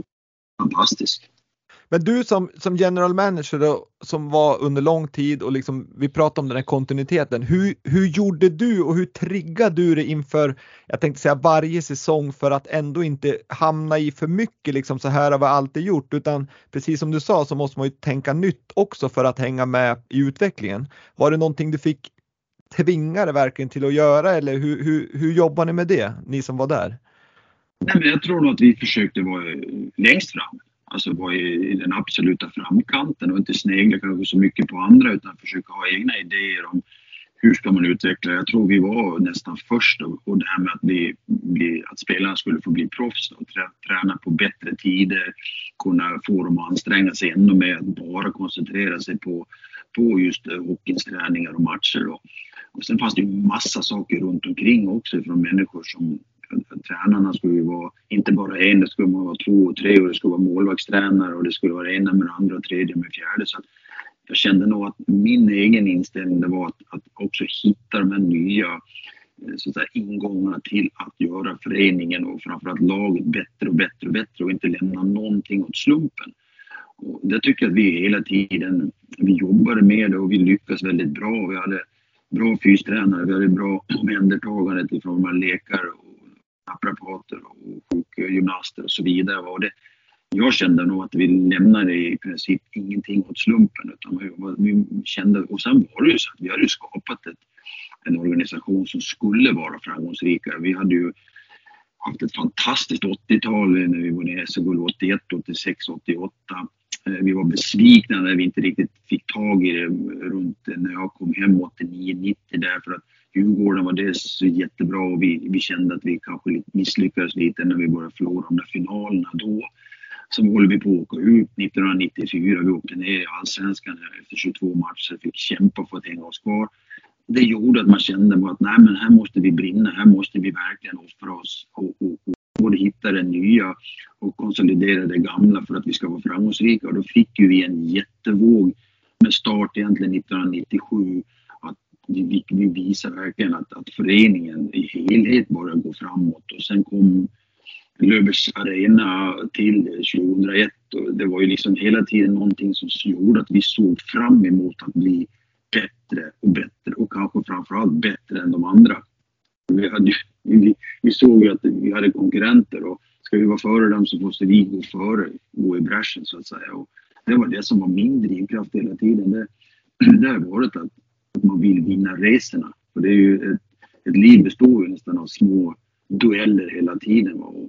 fantastisk. Men du som, som general manager då, som var under lång tid, och liksom, vi pratade om den här kontinuiteten. Hur, hur gjorde du och hur triggade du det inför, jag tänkte säga varje säsong, för att ändå inte hamna i för mycket liksom så här har vi alltid gjort, utan precis som du sa så måste man ju tänka nytt också för att hänga med i utvecklingen. Var det någonting du fick tvinga dig verkligen till att göra, eller hur, hur, hur jobbar ni med det, ni som var där? Nej, men jag tror nog att vi försökte vara längst fram. Alltså vara i, i den absoluta framkanten och inte snegla kanske så mycket på andra, utan försöka ha egna idéer om hur ska man utveckla. Jag tror vi var nästan först, och, och det här med att, bli, bli, att spelarna skulle få bli proffs och trä, träna på bättre tider, kunna få dem att anstränga sig ännu mer, att bara koncentrera sig på, på just uh, hockeyns träningar och matcher. Då. Och sen fanns det ju massa saker runt omkring också från människor som tränarna skulle ju vara inte bara en, det skulle vara två och tre, och det skulle vara målvaktstränare och det skulle vara ena med andra och tredje med fjärde. Så att jag kände nog att min egen inställning det var att, att också hitta de här nya så att säga, ingångarna till att göra föreningen och framförallt laget bättre och bättre och bättre, och inte lämna någonting åt slumpen. Och det tycker jag att vi hela tiden vi jobbade med det, och vi lyckades väldigt bra. Vi hade bra fystränare, vi hade bra omhändertagande i form av läkare och naprapater och sjukgymnaster och så vidare. Och det, jag kände nog att vi lämnade i princip ingenting åt slumpen, utan vi, vi kände, och sen var det ju så att vi hade skapat ett, en organisation som skulle vara framgångsrika. Vi hade ju haft ett fantastiskt åttiotal när vi var nere i S M-guld åttioett, åttiosex, åttioåtta. Vi var besvikna när vi inte riktigt fick tag i det runt när jag kom hem åttionio nittio, därför att Djurgården var det så jättebra, och vi, vi kände att vi kanske misslyckades lite när vi började förlora de där finalerna då. Sen håller vi på att åka ut nittonhundranittiofyra, vi åkte ner i Allsvenskan efter tjugotvå matcher, fick kämpa för att hänga oss kvar. Det gjorde att man kände att nej, men här måste vi brinna, här måste vi verkligen offra oss och, och, och både hitta det nya och konsolidera det gamla för att vi ska vara framgångsrika. Och då fick ju vi en jättevåg med start egentligen nittonhundranittiosju. Att vi, vi visar verkligen att, att föreningen i helhet bara går framåt. Och sen kom Löfbergs Arena till tjugohundraett, och det var ju liksom hela tiden någonting som gjorde att vi såg fram emot att bli bättre och bättre, och kanske framförallt bättre än de andra. Vi, hade, vi, vi såg ju att vi hade konkurrenter, och ska vi vara före dem så måste vi gå före, gå i bräschen så att säga. Och det var det som var min drivkraft hela tiden. Det, det har varit att, att man vill vinna resorna. För det är ju ett, ett liv består ju nästan av små dueller hela tiden. Och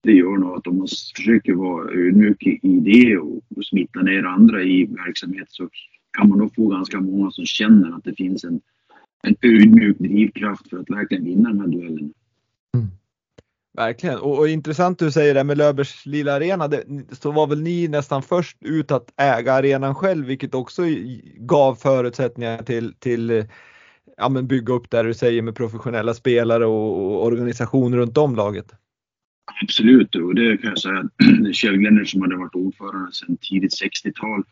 det gör nog att om man försöker vara ödmjuk i det och, och smitta ner andra i verksamhet, så kan man nog få ganska många som känner att det finns en, en ödmjuk drivkraft för att verkligen vinna den här duellen. Mm. Verkligen, och, och intressant du säger det med Löfbergs lilla arena, det, så var väl ni nästan först ut att äga arenan själv, vilket också gav förutsättningar till, till ja, men bygga upp där du säger med professionella spelare och, och organisation runt om laget. Absolut, och det kan jag säga att Kjell Glenner som hade varit ordförande sedan tidigt sextiotal,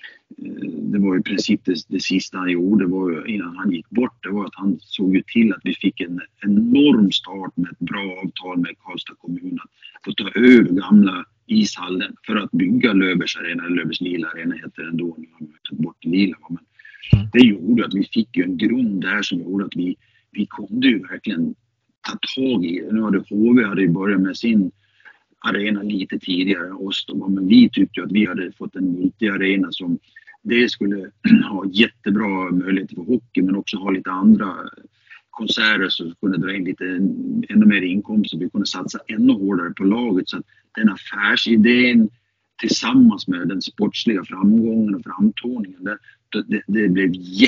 det var i princip det, det sista han gjorde var ju, innan han gick bort, det var att han såg ju till att vi fick en enorm start med ett bra avtal med Karlstad kommun att få ta över gamla ishallen för att bygga Löfbergs arena, eller Löfbergs lila arena heter den då, nu har vi tagit bort lila, men det gjorde att vi fick ju en grund där som gjorde att vi, vi kunde ju verkligen ta tag i. Nu hade H V hade ju börjat med sin arena lite tidigare än oss då, men vi tyckte att vi hade fått en multiarena som det skulle ha jättebra möjligheter för hockey, men också ha lite andra konserter som kunde dra in lite ännu mer inkomster. Vi kunde satsa ännu hårdare på laget, så att den affärsidén tillsammans med den sportsliga framgången och framtoningen, det, det, det blev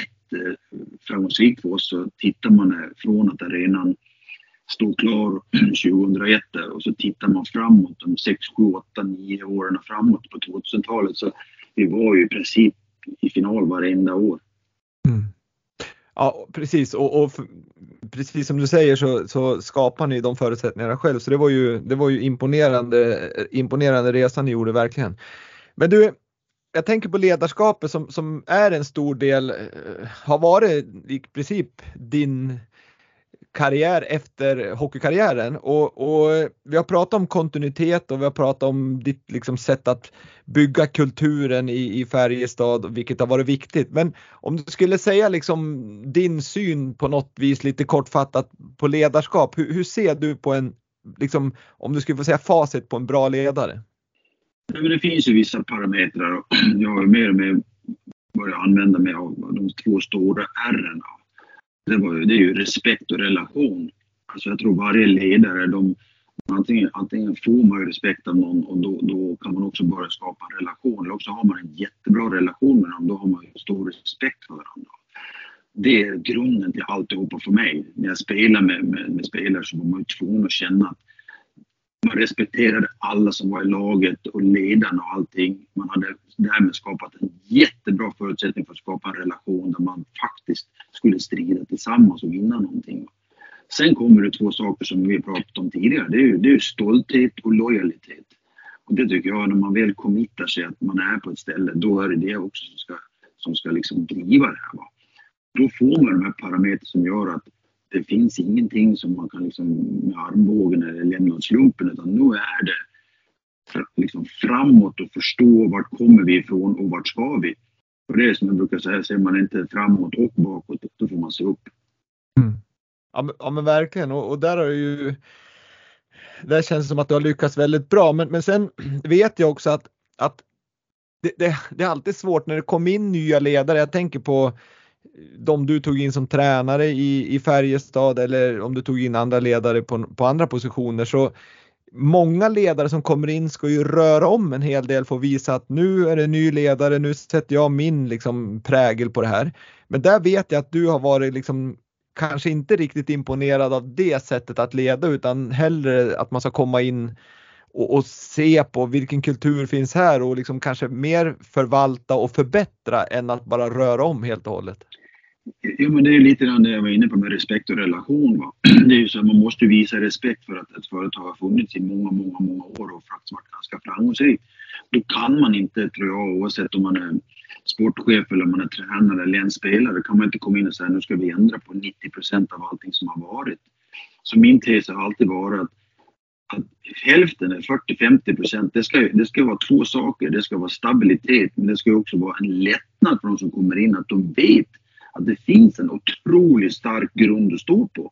jätteframgångsrikt för oss. Så tittar man från att arenan stod klar tjugohundraett och så tittar man framåt de sex, sju, åtta, nio åren framåt på tvåtusentalet, så vi var ju i princip i final varenda år. Mm. Ja, precis. Och, och för, precis som du säger så, så skapar ni de förutsättningarna själv. Så det var ju, det var ju imponerande, imponerande resan ni gjorde verkligen. Men du, jag tänker på ledarskapet som, som är en stor del, har varit i princip din karriär efter hockeykarriären, och, och vi har pratat om kontinuitet och vi har pratat om ditt liksom sätt att bygga kulturen i, i Färjestad, vilket har varit viktigt. Men om du skulle säga liksom din syn på något vis lite kortfattat på ledarskap, hur, hur ser du på en, liksom, om du skulle få säga facit på en bra ledare? Ja, men det finns ju vissa parametrar och jag har mer och mer börjat använda mig av de två stora R:en. Det, var ju, det är ju respekt och relation. Alltså jag tror varje ledare, de, antingen, antingen får man ju respekt av någon och då, då kan man också börja skapa en relation. Eller också har man en jättebra relation med dem, då har man ju stor respekt för varandra. Det är grunden till alltihopa för mig. När jag spelar med, med, med spelare så var man ju tvungen att känna att man respekterade alla som var i laget och ledarna och allting. Man hade därmed skapat en jättebra förutsättning för att skapa en relation där man faktiskt skulle strida tillsammans och vinna någonting. Sen kommer det två saker som vi har pratat om tidigare. Det är ju, det är ju stolthet och lojalitet. Och det tycker jag, när man väl committar sig att man är på ett ställe, då är det det också som ska, som ska liksom driva det här. Va? Då får man de här parametrar som gör att det finns ingenting som man kan liksom med armbågen eller lämna åt slumpen, utan nu är det liksom framåt och förstå vart kommer vi ifrån och vart ska vi. Och det är som jag brukar säga, ser man inte framåt och bakåt, då får man se upp. Mm. Ja, men, ja men verkligen, och, och där har du ju, där känns det som att du har lyckats väldigt bra, men, men sen vet jag också att, att det, det, det är alltid svårt när det kommer in nya ledare. Jag tänker på de du tog in som tränare i, i Färjestad, eller om du tog in andra ledare på, på andra positioner, så många ledare som kommer in ska ju röra om en hel del för att visa att nu är det ny ledare, nu sätter jag min liksom prägel på det här. Men där vet jag att du har varit liksom kanske inte riktigt imponerad av det sättet att leda, utan hellre att man ska komma in och, och se på vilken kultur finns här och liksom kanske mer förvalta och förbättra än att bara röra om helt och hållet. Ja, men det är lite grann det jag var inne på med respekt och relation. Va? Det är ju så att man måste visa respekt för att ett företag har funnits i många, många, många år och faktiskt varit ganska framgångsrikt. Då kan man inte, tror jag, oavsett om man är sportchef eller om man är tränare eller en spelare, kan man inte komma in och säga nu ska vi ändra på nittio procent av allting som har varit. Så min tes har alltid varit att, att hälften, fyrtio till femtio procent, det ska, det ska vara två saker. Det ska vara stabilitet, men det ska också vara en lättnad för de som kommer in, att de vet att det finns en otroligt stark grund att stå på.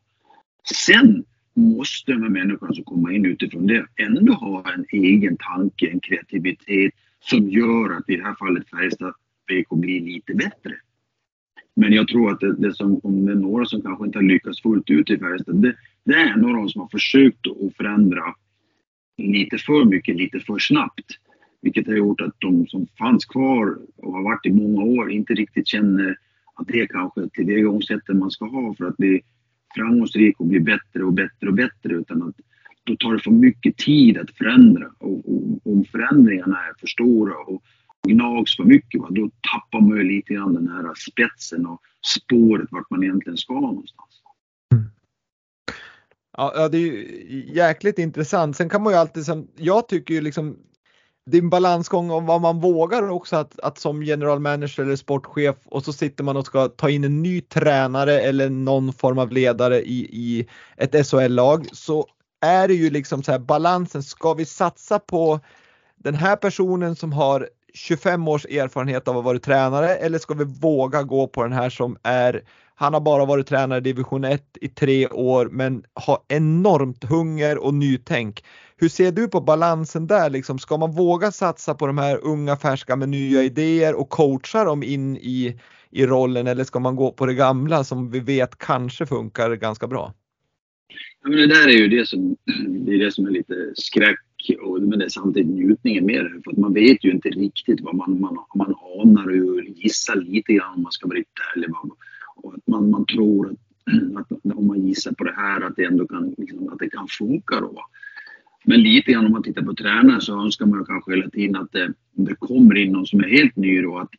Sen måste de här människorna som kommer in utifrån det ändå ha en egen tanke, en kreativitet som gör att i det här fallet Färjestad B K blir lite bättre. Men jag tror att det, det som, om det är några som kanske inte har lyckats fullt ut i Färjestad, det, det är några som har försökt att förändra lite för mycket, lite för snabbt. Vilket har gjort att de som fanns kvar och har varit i många år inte riktigt känner att det är kanske till det gångsättet man ska ha för att bli framgångsrik och bli bättre och bättre och bättre. Utan att då tar det för mycket tid att förändra. Och, och om förändringarna är för stora och gnags för mycket, va, då tappar man ju lite grann den här spetsen och spåret vart man egentligen ska någonstans. Mm. Ja, det är ju jäkligt intressant. Sen kan man ju alltid, som, jag tycker ju liksom, det är en balansgång om vad man vågar också att, att som general manager eller sportchef, och så sitter man och ska ta in en ny tränare eller någon form av ledare i, i ett S H L-lag, så är det ju liksom så här balansen. Ska vi satsa på den här personen som har tjugofem års erfarenhet av att vara tränare, eller ska vi våga gå på den här som är, han har bara varit tränare i division ett i tre år men har enormt hunger och nytänk. Hur ser du på balansen där? Liksom, ska man våga satsa på de här unga färska med nya idéer och coacha dem in i, i rollen, eller ska man gå på det gamla som vi vet kanske funkar ganska bra? Ja, men det där är ju det som, det är det som är lite skräck, och, men det är samtidigt njutningen med det. För att man vet ju inte riktigt vad man, man, man anar och gissar lite grann om man ska vara riktigt ärlig. Och att man, man tror att, att om man gissar på det här att det ändå kan, liksom, att det kan funka då. Men lite grann om man tittar på tränare så önskar man kanske hela tiden att det, det kommer in någon som är helt ny då, att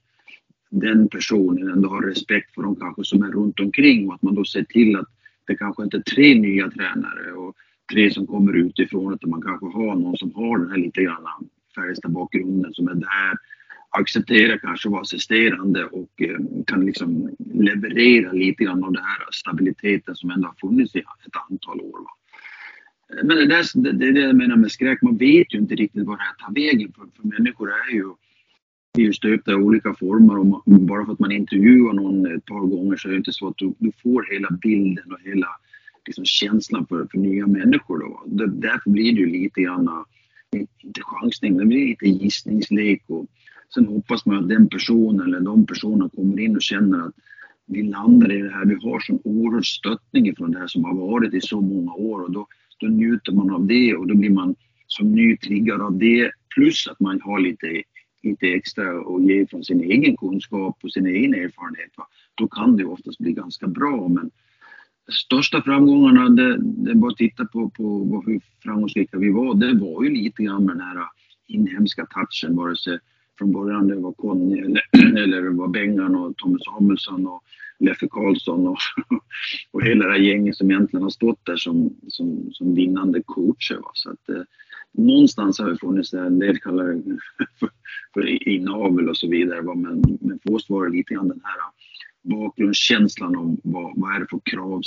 den personen ändå har respekt för de kanske som är runt omkring, och att man då ser till att det kanske inte är tre nya tränare och tre som kommer utifrån, utan man kanske har någon som har den här lite grann färgsta bakgrunden som är där, accepterar kanske vara assisterande och eh, kan liksom leverera lite grann av den här stabiliteten som ändå har funnits i ett antal år. Va? Men det, där, det, det är det jag menar med skräck, man vet ju inte riktigt vad det här tar vägen, för, för människor är ju Det är ju stöpta i olika former, och man, bara för att man intervjuar någon ett par gånger så är det inte så att du, du får hela bilden och hela liksom, känslan för, för nya människor. Då. Det, därför blir det ju lite grann, inte chansning, det blir lite gissningslek, och sen hoppas man att den personen eller de personerna kommer in och känner att vi landar i det här, vi har sån oerhörd stöttning från det här som har varit i så många år, och då, då njuter man av det, och då blir man som ny triggad av det, plus att man har lite lite extra och ge från sin egen kunskap och sin egen erfarenhet, va? Då kan det oftast bli ganska bra. Men de största framgångarna, det, det är bara att titta på, på hur framgångsrika vi var. Det var ju lite grann med den här inhemska touchen, vare sig från början det var Conny eller, eller det var Bengan och Thomas Samuelsson och Leffe Karlsson och, och hela det här gänget som egentligen har stått där som, som, som vinnande coacher. Va? Så att, eh, någonstans har det funnits en del kallar det för, för inavel och så vidare. Va? Men, men för oss var det lite grann den här bakgrundskänslan om vad, vad är det för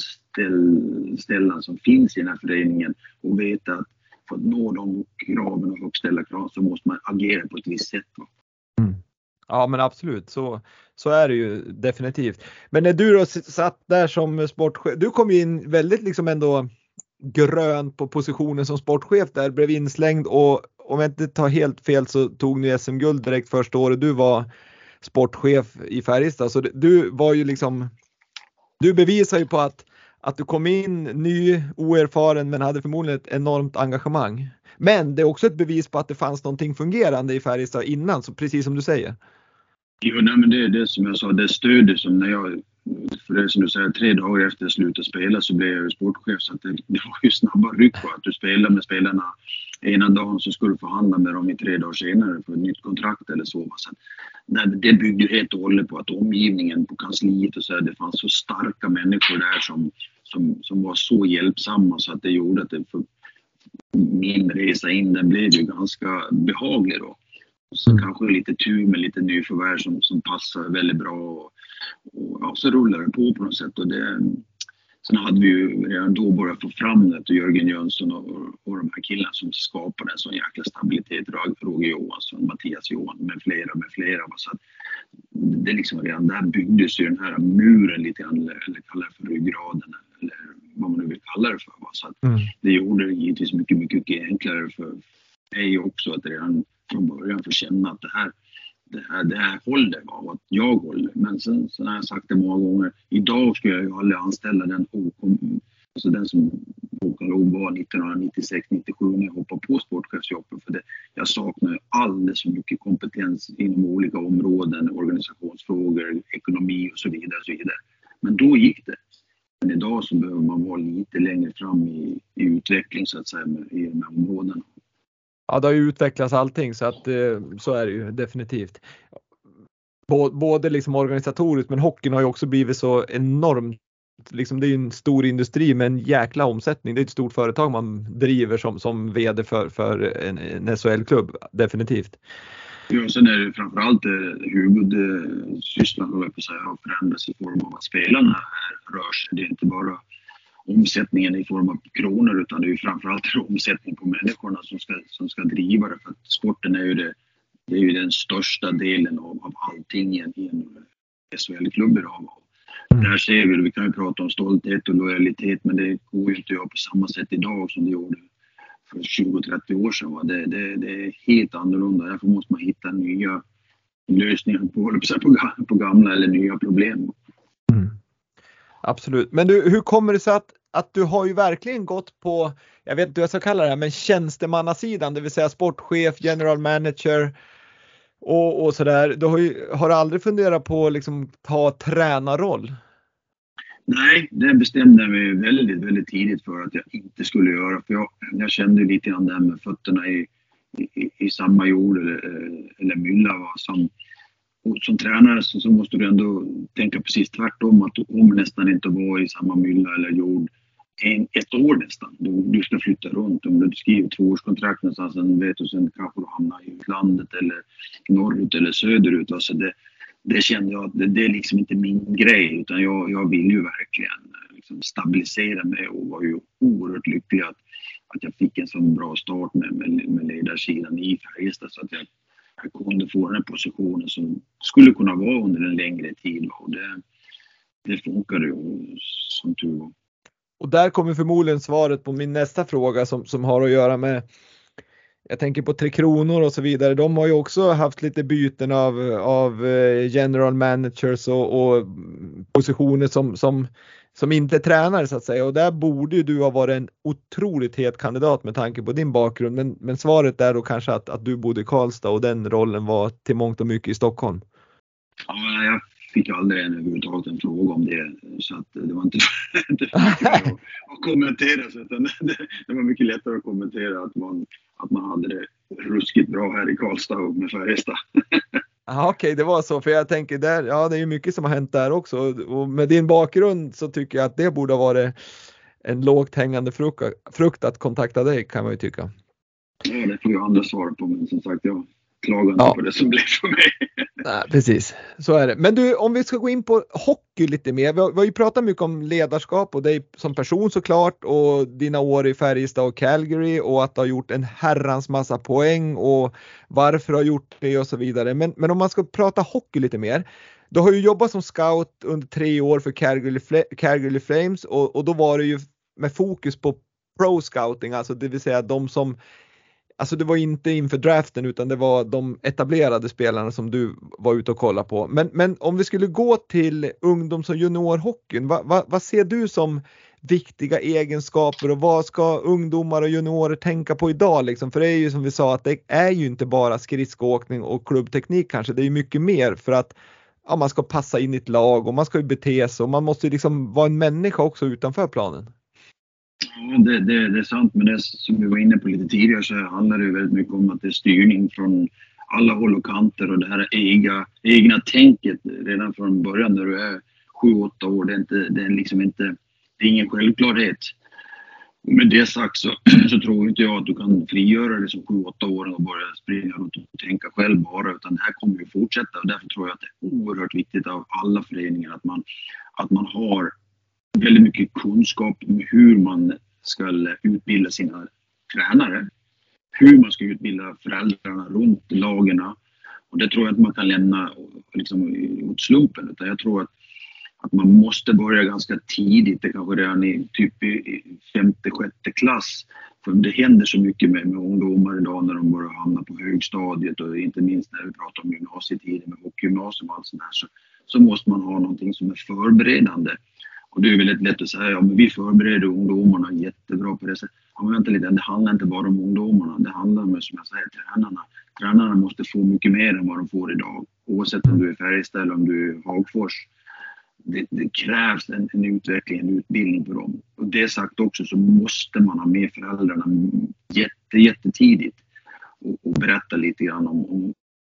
kravställan som finns i den här föreningen, och veta att för att nå de kraven och högt ställa krav så måste man agera på ett visst sätt. Va? Mm. Ja, men absolut, så, så är det ju definitivt. Men när du då satt där som sportchef, du kom ju in väldigt liksom ändå grön på positionen som sportchef där, blev inslängd, och om jag inte tar helt fel så tog ni S M-guld direkt första året du var sportchef i Färjestad. Så du var ju liksom, du bevisar ju på att, att du kom in ny, oerfaren, men hade förmodligen ett enormt engagemang. Men det är också ett bevis på att det fanns någonting fungerande i Färjestad innan, så precis som du säger. Jo, nej, men det är det som jag sa, det stödet som när jag, för det som du säger, tre dagar efter att sluta spela så blev jag ju sportchef, så att det, det var ju snabba ryck på att du spelar med spelarna ena dagen så skulle du förhandla med dem i tre dagar senare för ett nytt kontrakt eller så. Så att, nej, det byggde ju helt och hållet på att omgivningen på kansliet och så här, det fanns så starka människor där som, som, som var så hjälpsamma, så att det gjorde att det för, min resa in den blev ju ganska behaglig då. Så mm. kanske lite tur med lite nyförvärv som, som passar väldigt bra, och, och ja, så rullar det på på något sätt. Och det, sen hade vi ju redan då börjat få fram det, och Jörgen Jönsson och, och de här killarna som skapade en sån jäkla stabilitet, Roger Johansson, Mattias Johansson med flera med flera. Så att det liksom redan där byggdes ju den här muren lite grann, eller, eller kallar det för ryggraden, eller vad man nu vill kalla det för. Så att mm. det gjorde det givetvis mycket, mycket enklare för mig också att redan från början få känna att det här, det här, det här håller, och att jag håller. Men sen, sen har jag sagt det många gånger, idag ska jag ju aldrig anställa den okom, alltså den som Håkan Loob var nittonhundranittiosex nittiosju när jag hoppade på sportchefsjobbet. För det, jag saknar alldeles för mycket kompetens inom olika områden, organisationsfrågor, ekonomi och så vidare. Och så vidare. Men då gick det. Men idag så behöver man vara lite längre fram i, i utveckling så att säga i de här områdena. Ja, det har ju utvecklats allting så att så är det ju definitivt. Både liksom organisatoriskt, men hockeyn har ju också blivit så enormt, liksom det är ju en stor industri med en jäkla omsättning. Det är ett stort företag man driver som, som vd för, för en, en S H L-klubb, definitivt. Ja, sen är det framförallt huvudsysslan, håller jag på att säga, har förändrats i form av att spelarna rör sig. Det är inte bara omsättningen i form av kronor, utan det är ju framförallt omsättning på människorna som ska, som ska driva det. För att sporten är ju, det, det är ju den största delen av, av allting i en, i en S H L-klubb idag. Mm. Där ser vi, vi kan ju prata om stolthet och lojalitet, men det går ju inte jag på samma sätt idag som det gjorde för tjugo trettio år sedan. Va? Det, det, det är helt annorlunda, därför måste man hitta nya lösningar på, på, på gamla eller nya problem. Mm. Absolut. Men du, hur kommer det sig att, att du har ju verkligen gått på, jag vet inte vad jag ska kalla det här, men tjänstemannasidan, det vill säga sportchef, general manager och, och sådär. Du har ju har du aldrig funderat på liksom ta tränarroll? Nej, det bestämde jag mig väldigt, väldigt tidigt för att jag inte skulle göra. För jag, jag kände lite grann där med fötterna i, i, i samma jord eller, eller mylla. Va? Som, som tränare så, så måste du ändå tänka precis tvärtom. Att du kommer nästan inte att vara i samma mylla eller jord en, ett år nästan. Du, du ska flytta runt. Om du skriver tvåårskontrakt någonstans, sen vet du sen kanske du hamnar i utlandet eller norrut eller söderut. Alltså det, det kände jag att det, det är liksom inte min grej, utan jag, jag vill ju verkligen liksom stabilisera mig och var ju oerhört lycklig att, att jag fick en så bra start med, med, med ledarsidan i Färjestad så att jag, jag kunde få den här positionen som skulle kunna vara under en längre tid. Och det, det funkade ju som tur var. Och där kommer förmodligen svaret på min nästa fråga som, som har att göra med, jag tänker på Tre Kronor och så vidare. De har ju också haft lite byten av, av general managers och, och positioner som, som, som inte tränar så att säga. Och där borde ju du ha varit en otroligt het kandidat med tanke på din bakgrund. Men, men svaret är då kanske att, att du bodde i Karlstad och den rollen var till mångt och mycket i Stockholm. Ja, jag fick aldrig en överhuvudtaget en fråga om det. Så att det var inte, inte för mycket att, att kommentera. Så utan det, det var mycket lättare att kommentera att man, att man hade det ruskigt bra här i Karlstad och med Färjestad. Ja, okej, okay, det var så. För jag tänker där, ja det är ju mycket som har hänt där också. Och med din bakgrund så tycker jag att det borde ha varit en lågt hängande frukt, frukt att kontakta dig, kan man ju tycka. Ja, det får ju andra svar på, men som sagt, jag klagar inte ja. på det som blev för mig. Nej, precis, så är det. Men du, om vi ska gå in på hockey lite mer. Vi har, vi har ju pratat mycket om ledarskap och dig som person såklart och dina år i Färjestad och Calgary och att du har gjort en herrans massa poäng och varför du har gjort det och så vidare. Men, men om man ska prata hockey lite mer. Du har ju jobbat som scout under tre år för Calgary, Calgary Flames och, och då var det ju med fokus på pro scouting, alltså det vill säga de som, alltså det var inte inför draften utan det var de etablerade spelarna som du var ute och kollade på. Men, men om vi skulle gå till ungdoms- och juniorhockeyn, vad, vad, vad ser du som viktiga egenskaper och vad ska ungdomar och juniorer tänka på idag liksom? För det är ju som vi sa att det är ju inte bara skridskoåkning och klubbteknik kanske, det är ju mycket mer för att ja, man ska passa in i ett lag och man ska ju bete sig och man måste ju liksom vara en människa också utanför planen. Ja, det, det, det är sant, men det som vi var inne på lite tidigare så handlar det ju väldigt mycket om att det är styrning från alla håll och kanter och det här egna, egna tänket redan från början när du är sju åtta år. Det är, inte, det är liksom inte, det är ingen självklarhet. Och med det sagt så, så tror inte jag att du kan frigöra dig som sju åtta år och börja springa runt och tänka själv bara, utan det här kommer ju fortsätta och därför tror jag att det är oerhört viktigt av alla föreningar att man, att man har väldigt mycket kunskap om hur man ska utbilda sina tränare. Hur man ska utbilda föräldrarna runt lagarna. Och det tror jag att man kan lämna liksom åt slumpen. Utan jag tror att, att man måste börja ganska tidigt. Det kanske redan i typ i femte, sjätte klass. För det händer så mycket med, med ungdomar idag när de börjar hamna på högstadiet. Och inte minst när vi pratar om gymnasietiden med hockeygymnasium och allt sånt här. Så, så måste man ha någonting som är förberedande. Och det är väldigt lätt att säga, ja men vi förbereder ungdomarna jättebra på det sättet. Ja, men vänta lite, det handlar inte bara om ungdomarna. Det handlar om, som jag säger, tränarna. Tränarna måste få mycket mer än vad de får idag. Oavsett om du är Färjestad eller om du är Hagfors. Det, det krävs en, en utveckling, en utbildning på dem. Och det sagt också så måste man ha med föräldrarna jätte, jättetidigt. Och, och berätta lite grann om, om,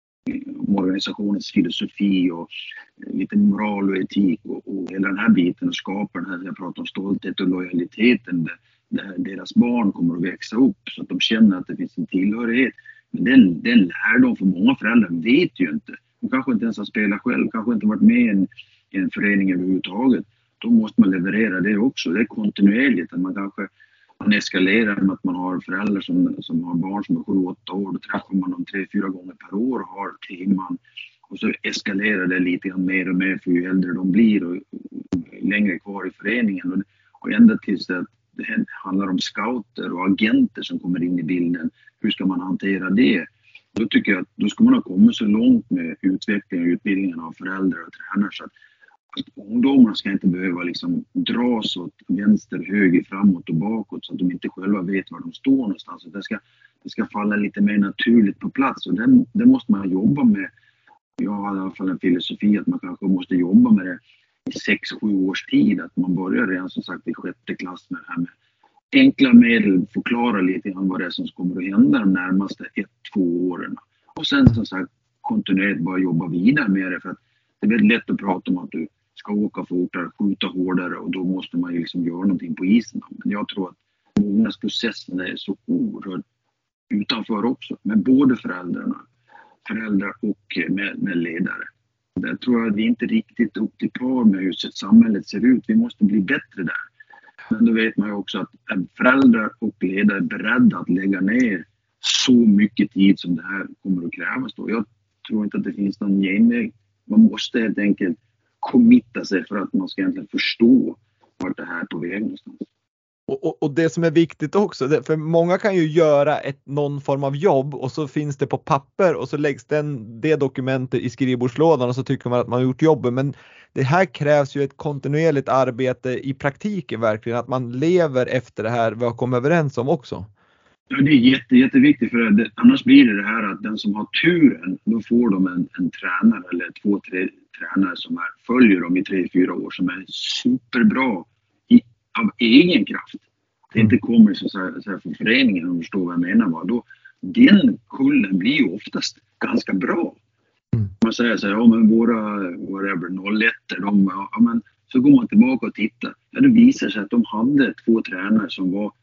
om organisationens filosofi och lite moral och etik och, och hela den här biten och skapa den här, jag pratar om stolthet och lojaliteten där, där deras barn kommer att växa upp så att de känner att det finns en tillhörighet. Men den, den lärdom för många föräldrar vet ju inte. De kanske inte ens har spelat själv, kanske inte varit med i en, i en förening överhuvudtaget. Då måste man leverera det också. Det är kontinuerligt. Att man kanske man eskalerar med att man har föräldrar som, som har barn som är sju åtta år. Då träffar man dem tre fyra gånger per år och har teman. Och så eskalerar det lite grann mer och mer för ju äldre de blir och, och längre kvar i föreningen. Och, och ända tills det, det handlar om scouter och agenter som kommer in i bilden. Hur ska man hantera det? Då tycker jag att då ska man ha kommit så långt med utveckling och utbildningen av föräldrar och tränare så att, att ungdomarna ska inte behöva liksom dras åt vänster, höger, framåt och bakåt så att de inte själva vet var de står någonstans. Det ska, det ska falla lite mer naturligt på plats och det, det måste man jobba med. Jag har i alla fall en filosofi att man kanske måste jobba med det i sex sju års tid. Att man börjar redan som sagt i sjätte klass med det här med enkla medel, förklara lite grann vad det är som kommer att hända de närmaste ett, två åren. Och sen som sagt kontinuerligt bara jobba vidare med det för att det är väldigt lätt att prata om att du ska åka fortare, skjuta hårdare och då måste man ju liksom göra någonting på isen. Men jag tror att mognadsprocessen är så oerhört utanför också med både föräldrarna, föräldrar och med, med ledare. Där tror jag det är inte riktigt upp till par med hur samhället ser ut. Vi måste bli bättre där. Men då vet man ju också att föräldrar och ledare är beredda att lägga ner så mycket tid som det här kommer att krävas då. Jag tror inte att det finns någon genväg. Man måste helt enkelt committa sig för att man ska egentligen förstå vart det här är på väg någonstans. Och, och, och det som är viktigt också, det, för många kan ju göra ett, någon form av jobb och så finns det på papper och så läggs den, det dokumentet i skrivbordslådan och så tycker man att man har gjort jobbet. Men det här krävs ju ett kontinuerligt arbete i praktiken verkligen, att man lever efter det här vi har kommit överens om också. Ja, det är jätte, jätteviktigt för det, annars blir det det här att den som har turen, då får de en, en tränare eller två, tre tränare som är, följer dem i tre, fyra år som är superbra i, av egen kraft. Det inte kommer så, så, så här från föreningen om du förstår vad jag menar. Va? Då, den kullen blir ju oftast ganska bra. Mm. Man säger så här, ja men våra whatever, noll ett, de, ja, men, så går man tillbaka och tittar. Ja, det visar sig att de hade två tränare som var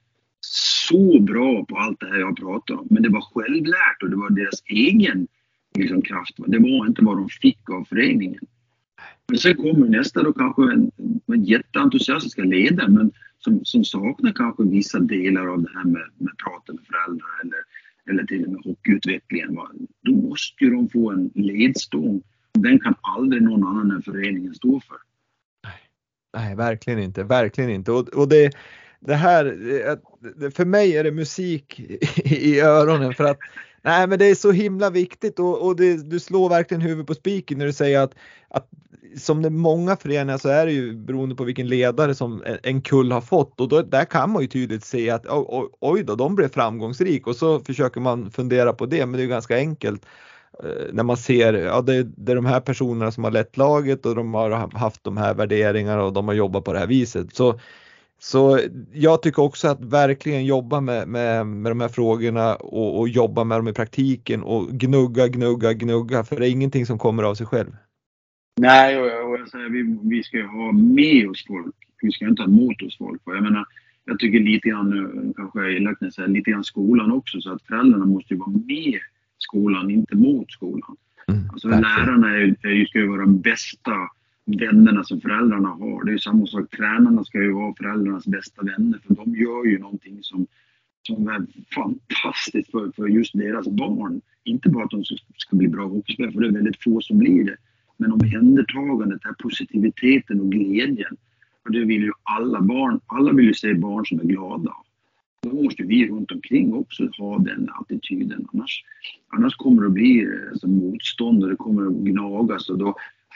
så bra på allt det här jag pratar om. Men det var självlärt och det var deras egen liksom, kraft. Det var inte vad de fick av föreningen. Men sen kommer nästa då kanske en, en jätteentusiastiska ledare men som, som saknar kanske vissa delar av det här med, med prata med föräldrar eller, eller till och med hockeyutvecklingen. Va? Då måste ju de få en ledstång. Den kan aldrig någon annan än föreningen stå för. Nej, nej verkligen inte. Verkligen inte. Och, och det, det här, för mig är det musik i, i öronen för att nej, men det är så himla viktigt och, och det, du slår verkligen huvudet på spiken när du säger att, att som det många föreningar så är det ju beroende på vilken ledare som en kull har fått och då, där kan man ju tydligt se att oj, oj då, de blev framgångsrik och så försöker man fundera på det men det är ju ganska enkelt eh, när man ser ja, det, det är de här personerna som har lett laget och de har haft de här värderingarna och de har jobbat på det här viset så Så jag tycker också att verkligen jobba med, med, med de här frågorna och, och jobba med dem i praktiken och gnugga, gnugga, gnugga för det är ingenting som kommer av sig själv. Nej, och, och jag säger, vi, vi ska ha med oss folk. Vi ska inte ha mot oss folk. Jag menar, jag tycker lite grann, kanske jag elakt när jag säger, lite grann skolan också så att föräldrarna måste ju vara med skolan, inte mot skolan. Mm, alltså verkligen. Lärarna är, är, ska ju vara de bästa vännerna som föräldrarna har. Det är ju samma sak. Tränarna ska ju vara föräldrarnas bästa vänner. För de gör ju någonting som, som är fantastiskt för, för just deras barn. Inte bara att de ska bli bra hockeyspelare, för det är väldigt få som blir det. Men omhändertagandet, den här positiviteten och glädjen. Och det vill ju alla barn. Alla vill ju se barn som är glada. Då måste vi runt omkring också ha den attityden. Annars, annars kommer det att bli alltså, motstånd och det kommer att gnagas och då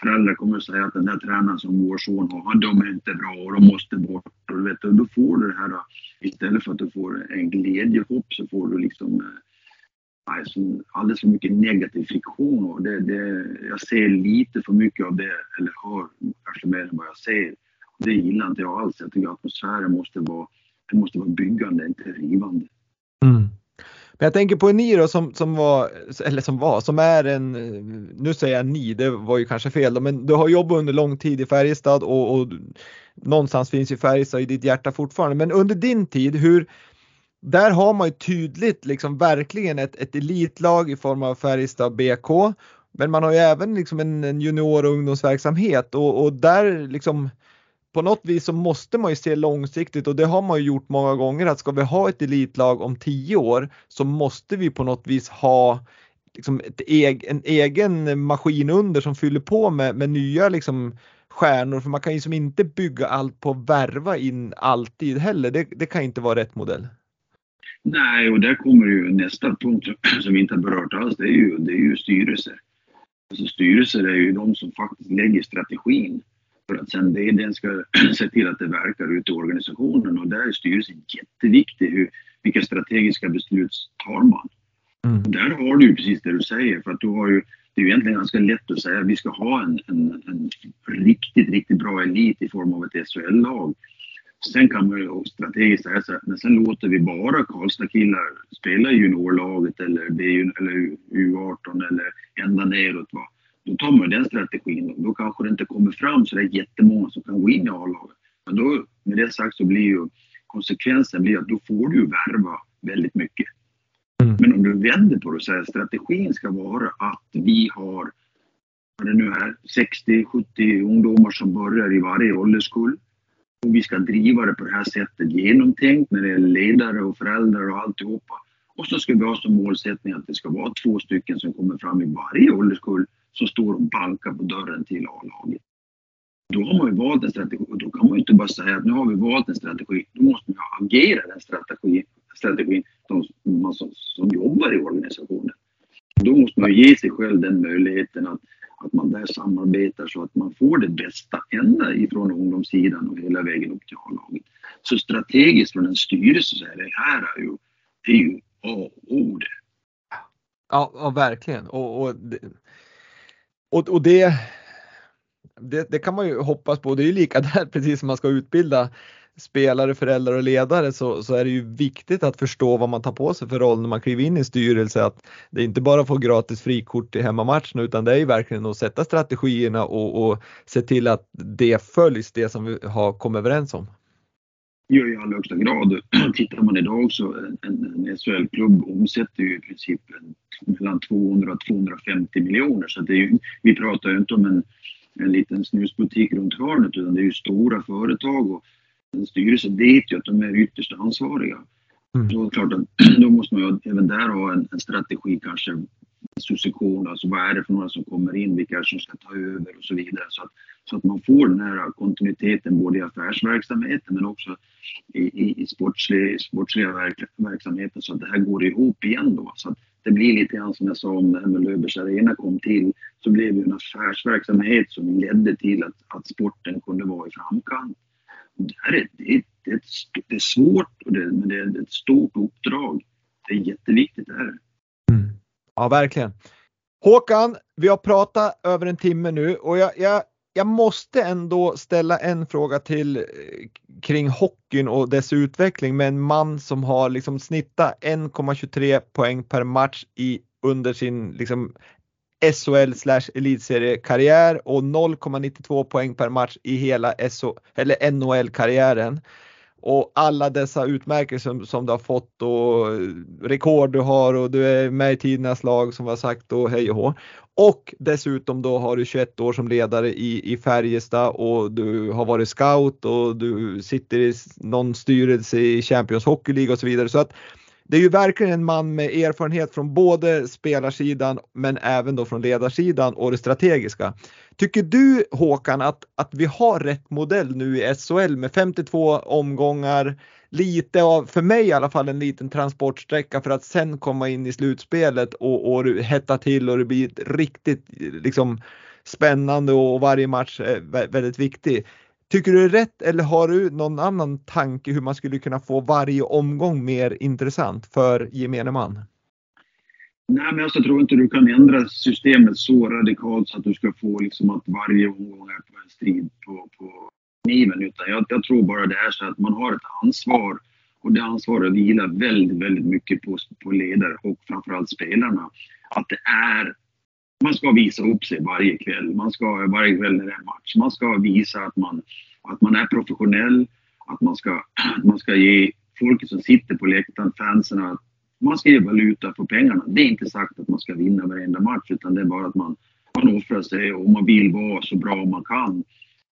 föräldrar kommer att säga att den här tränaren som vår son har, de är inte bra och de måste bort. Och, du vet, och då får du det här, istället för att du får en glädjehopp så får du liksom alltså, alldeles för mycket negativ friktion. Och det, det, jag ser lite för mycket av det, eller hör kanske mer än vad jag ser. Och det gillar inte jag alls. Jag tycker att atmosfären måste vara, det måste vara byggande, inte rivande. Mm. Men jag tänker på en ni då som, som var, eller som var, som är en, nu säger jag ni, det var ju kanske fel då, men du har jobbat under lång tid i Färjestad och, och någonstans finns ju Färjestad i ditt hjärta fortfarande. Men under din tid, hur, där har man ju tydligt liksom verkligen ett, ett elitlag i form av Färjestad B K. Men man har ju även liksom en, en junior- och ungdomsverksamhet och, och där liksom på något vis så måste man ju se långsiktigt, och det har man ju gjort många gånger, att ska vi ha ett elitlag om tio år så måste vi på något vis ha liksom ett eg, en egen maskin under som fyller på med, med nya liksom stjärnor, för man kan ju som inte bygga allt på värva in alltid heller. Det, det kan inte vara rätt modell. Nej, och där kommer ju nästa punkt som vi inte har berört alls, det är ju, det är ju styrelser. Alltså styrelser är ju de som faktiskt lägger strategin. För att sen det, den ska se till att det verkar ute i organisationen, och där är styrelsen jätteviktig. Hur, vilka strategiska beslut tar man? Mm. Där har du ju precis det du säger, för att du har ju, det är ju egentligen ganska lätt att säga att vi ska ha en, en, en riktigt, riktigt bra elit i form av ett S H L-lag. Sen kan man ju strategiskt säga så här, men sen låter vi bara Karlstad-killar spela i juniorlaget eller, B, eller U arton eller ända neråt, va? Då tar man den strategin. Då kanske det inte kommer fram så det är jättemånga som kan gå in i A-laget. Men då, med det sagt, så blir ju konsekvensen blir att då får du värva väldigt mycket. Mm. Men om du vänder på det och säger strategin ska vara att vi har, vad det nu är, sextio sjuttio ungdomar som börjar i varje ålderskull. Och vi ska driva det på det här sättet genomtänkt när det är ledare och föräldrar och alltihopa. Och så ska vi ha som målsättning att det ska vara två stycken som kommer fram i varje ålderskull som står och bankar på dörren till A-laget. Då har man ju valt en strategi, och då kan man ju inte bara säga att nu har vi valt en strategi. Då måste man agera den strategi, strategin de, man som, som jobbar i organisationen. Då måste man ge sig själv den möjligheten att, att man där samarbetar så att man får det bästa ända ifrån ungdomssidan och hela vägen upp till A-laget. Så strategiskt från en styrelse så är det här är ju, det är ju A och O det. Ja, ja verkligen. Och, och Och, och det, det, det kan man ju hoppas på. Det är ju lika där, precis som man ska utbilda spelare, föräldrar och ledare, så, så är det ju viktigt att förstå vad man tar på sig för roll när man kliver in i styrelse. Att det är inte bara får gratis frikort i hemmamatchen, utan det är ju verkligen att sätta strategierna och, och se till att det följs, det som vi har kommit överens om. Jo, i allra högsta grad. Tittar man idag så en, en S H L-klubb omsätter ju i princip en, mellan tvåhundra till tvåhundrafemtio miljoner. Så det är ju, vi pratar ju inte om en, en liten snusbutik runt hörnet, utan det är ju stora företag, och en styrelse vet ju att de är ytterst ansvariga. Mm. Så klart att då måste man ju även där ha en, en strategi, kanske en succession, alltså vad är det för några som kommer in, vilka som ska ta över och så vidare. Så att, så att man får den här kontinuiteten både i affärsverksamheten men också i, i, i sportsliga, sportsliga verk, verksamheten, så att det här går ihop igen då. Så att det blir lite grann som jag sa om när Löfbergs Arena kom till, så blev det en affärsverksamhet som ledde till att, att sporten kunde vara i framkant. Det, här är, det, är, det, är, det är svårt, och det, men det är ett stort uppdrag. Det är jätteviktigt det här. Mm. Ja, verkligen. Håkan, vi har pratat över en timme nu, och jag, jag, jag måste ändå ställa en fråga till kring hockeyn och dess utveckling med en man som har liksom snittat en komma tjugotre poäng per match i under sin liksom S H L slash elitseriekarriär och noll komma nittiotvå poäng per match i hela S H L eller N H L-karriären. Och alla dessa utmärkelser som, som du har fått, och rekord du har, och du är med i tidernas lag som var sagt, och hej och hå. Och dessutom då har du tjugoett år som ledare i, i Färjestad, och du har varit scout, och du sitter i någon styrelse i Champions Hockey League och så vidare. Så att det är ju verkligen en man med erfarenhet från både spelarsidan men även då från ledarsidan och det strategiska. Tycker du, Håkan, att, att vi har rätt modell nu i S H L med femtiotvå omgångar, lite av, för mig i alla fall, en liten transportsträcka för att sen komma in i slutspelet och, och hetta till, och det blir ett riktigt liksom spännande och varje match är väldigt viktig. Tycker du det är rätt eller har du någon annan tanke hur man skulle kunna få varje omgång mer intressant för gemene man? Nej, men jag tror inte du kan ändra systemet så radikalt så att du ska få liksom att varje omgång är på en strid på, på kniven. Utan jag, jag tror bara det är så att man har ett ansvar och det ansvaret vilar väldigt, väldigt mycket på, på ledare och framförallt spelarna. Att det är, man ska visa upp sig varje kväll. Man ska varje kväll när det är match. Man ska visa att man, att man är professionell. Att man ska, man ska ge folket som sitter på läktaren, fansen, man ska ge valuta för pengarna. Det är inte sagt att man ska vinna varenda match utan det är bara att man, man offrar sig och man vill vara så bra man kan.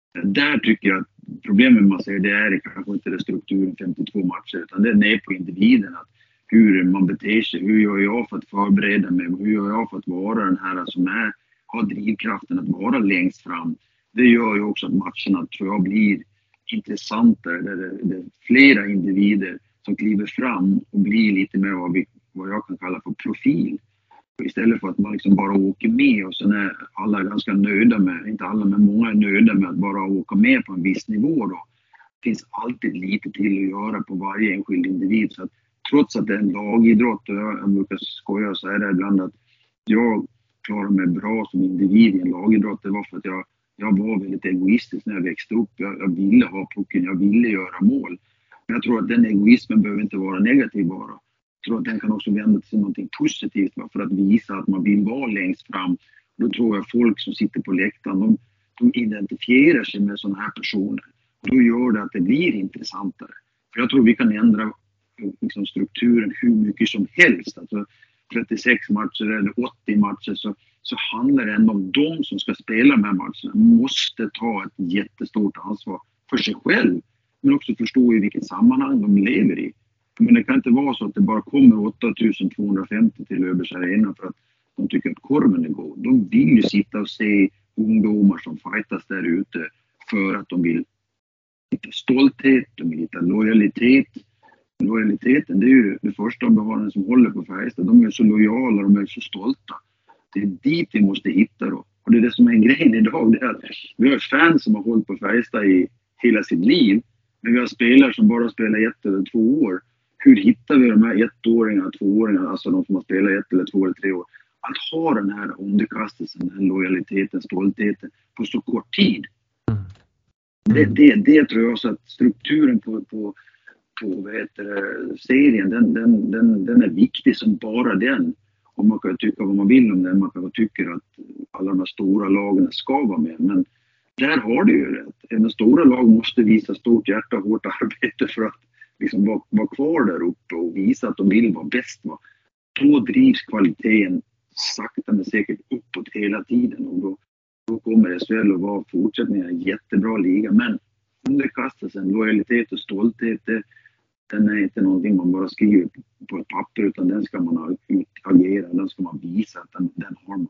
Där tycker jag att problemet man ser det är kanske inte det strukturen femtiotvå matcher utan det är ner på individen. Att hur man beter sig, hur gör jag för att förbereda mig, hur gör jag för att vara den här som är, har drivkraften att vara längst fram. Det gör ju också att matcherna tror jag blir intressantare. Där det, det är flera individer som kliver fram och blir lite mer vad, vi, vad jag kan kalla för profil. Istället för att man liksom bara åker med och sen är alla ganska nöjda med, inte alla men många är nöjda med att bara åka med på en viss nivå då. Det finns alltid lite till att göra på varje enskild individ. Så att trots att det är en lagidrott och jag, jag brukar skoja och säga det ibland att jag klarar mig bra som individ i en lagidrott. Det var för att jag, jag var väldigt egoistisk när jag växte upp. Jag, jag ville ha pucken, jag ville göra mål. Men jag tror att den egoismen behöver inte vara negativ bara. Jag tror att den kan också vända till något positivt för att visa att man vill vara längst fram. Då tror jag folk som sitter på läktaren, de, de identifierar sig med sådana här personer. Och då gör det att det blir intressantare. För jag tror vi kan ändra liksom, strukturen hur mycket som helst. Alltså trettiosex matcher eller åttio matcher så, så handlar det ändå om de som ska spela de här matcherna. Måste ta ett jättestort ansvar för sig själv. Men också förstå i vilket sammanhang de lever i. Men det kan inte vara så att det bara kommer åtta tusen tvåhundrafemtio till Öbergs Arena för att de tycker att korven är god. De vill ju sitta och se ungdomar som fightas där ute för att de vill hitta stolthet, de vill hitta lojalitet. Lojaliteten, det är ju det första om du har en som håller på Färjestad. De är så lojala, de är så stolta. Det är dit vi måste hitta då. Och det är det som är en grej idag. Det är att vi har fans som har hållit på Färjestad i hela sitt liv. Men vi har spelare som bara spelar ett eller två år. Hur hittar vi de här ettåringarna, tvååringarna, alltså de som har spelat ett eller två eller tre år. Att ha den här underkastelsen, den här lojaliteten, stoltheten på så kort tid. Mm. Det, det, det tror jag så att strukturen på, på, på vad heter det, serien, den, den, den, den är viktig som bara den. Och man kan tycka vad man vill om den, man kan tycka att alla de här stora lagen ska vara med. Men där har det ju rätt. En stora lag måste visa stort hjärta och hårt arbete för att liksom vara, vara kvar där uppe och visa att de vill vara bäst. Va? Då drivs kvaliteten sakta men säkert uppåt hela tiden och då, då kommer S H L att vara fortsättningen en jättebra liga. Men underkastelsen, lojalitet och stolthet, det, den är inte någonting man bara skriver på ett papper utan den ska man agera, den ska man visa att den, den har man.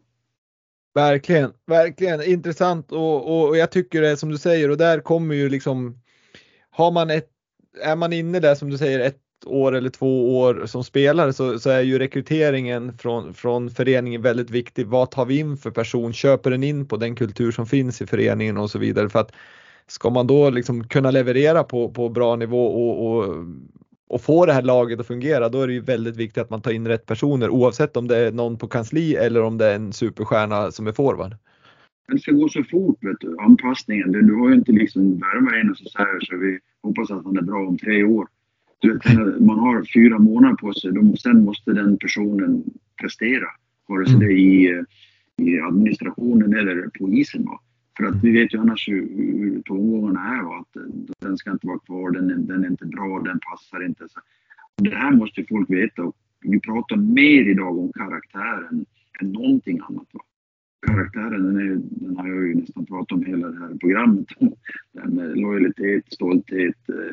Verkligen, verkligen intressant och, och, och jag tycker det som du säger och där kommer ju liksom, har man ett, är man inne där som du säger ett år eller två år som spelare så, så är ju rekryteringen från, från föreningen väldigt viktig. Vad tar vi in för person? Köper den in på den kultur som finns i föreningen och så vidare? För att ska man då liksom kunna leverera på, på bra nivå och, och, och få det här laget att fungera, då är det ju väldigt viktigt att man tar in rätt personer oavsett om det är någon på kansli eller om det är en superstjärna som är forward. Det ska gå så fort, vet du, anpassningen. Du, du har ju inte liksom värma in och så här så vi hoppas att han är bra om tre år. Du vet, man har fyra månader på sig, då, sen måste den personen prestera. Vare sig det är i, i administrationen eller på isen. Va? För att vi vet ju annars hur, hur tongångarna är. Va? Att den ska inte vara kvar, den är, den är inte bra, den passar inte. Så det här måste folk veta. Och vi pratar mer idag om karaktären än någonting annat. Va? Karaktären, den, är, den har jag ju nästan pratat om hela det här programmet. Det här med lojalitet, stolthet,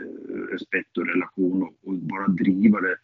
respekt och relation och, och bara driva det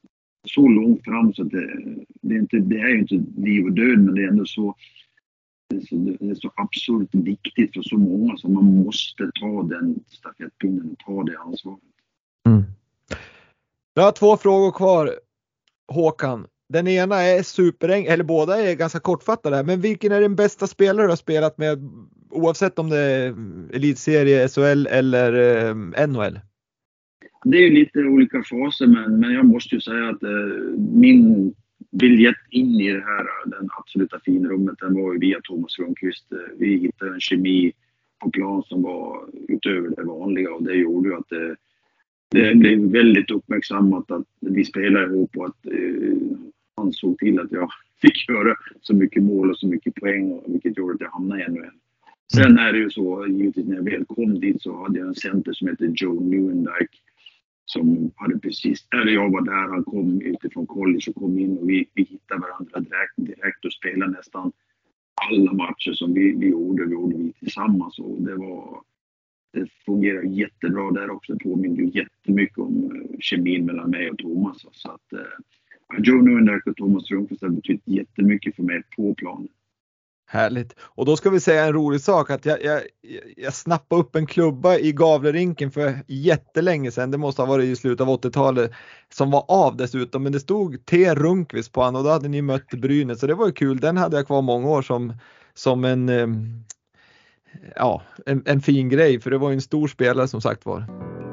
så långt fram så att det, det, är inte, det är ju inte liv och död men det är ändå så det är så, det är så absolut viktigt för så många så man måste ta den stafettpinnen och ta det ansvaret. Mm. Jag har två frågor kvar, Håkan. Den ena är superenkel, eller båda är ganska kortfattade. Men vilken är den bästa spelare du har spelat med, oavsett om det är elitserie, S H L eller eh, N H L? Det är ju lite olika faser, men, men jag måste ju säga att eh, min biljett in i det här, den absoluta finrummet, den var ju via Thomas Rundqvist. Vi hittade en kemi på plan som var utöver det vanliga, och det gjorde ju att det, det blev väldigt uppmärksammat att vi spelade ihop, och att eh, han såg till att jag fick göra så mycket mål och så mycket poäng, och vilket gjorde att jag hamnade i N H L. Sen är det ju så, givetvis när jag väl kom dit så hade jag en center som heter Joe Nieuwendyk, som hade precis, eller jag var där, han kom utifrån college och kom in, och vi, vi hittade varandra direkt, direkt och spelade nästan alla matcher som vi, vi gjorde, vi gjorde vi tillsammans, och det var, det fungerade jättebra där också. Det påminner ju jättemycket om uh, kemin mellan mig och Thomas, så att uh, Joe Nieuwendyk och Thomas Rundqvist har betytt jättemycket för mig på planen. Härligt. Och då ska vi säga en rolig sak, att jag, jag, jag snappade upp en klubba i Gavlerinken för jättelänge sedan. Det måste ha varit i slutet av åttiotalet, som var av dessutom. Men det stod T. Rundqvist på han, och då hade ni mött Brynäs. Så det var ju kul. Den hade jag kvar många år som, som en, ja, en, en fin grej. För det var ju en stor spelare som sagt var.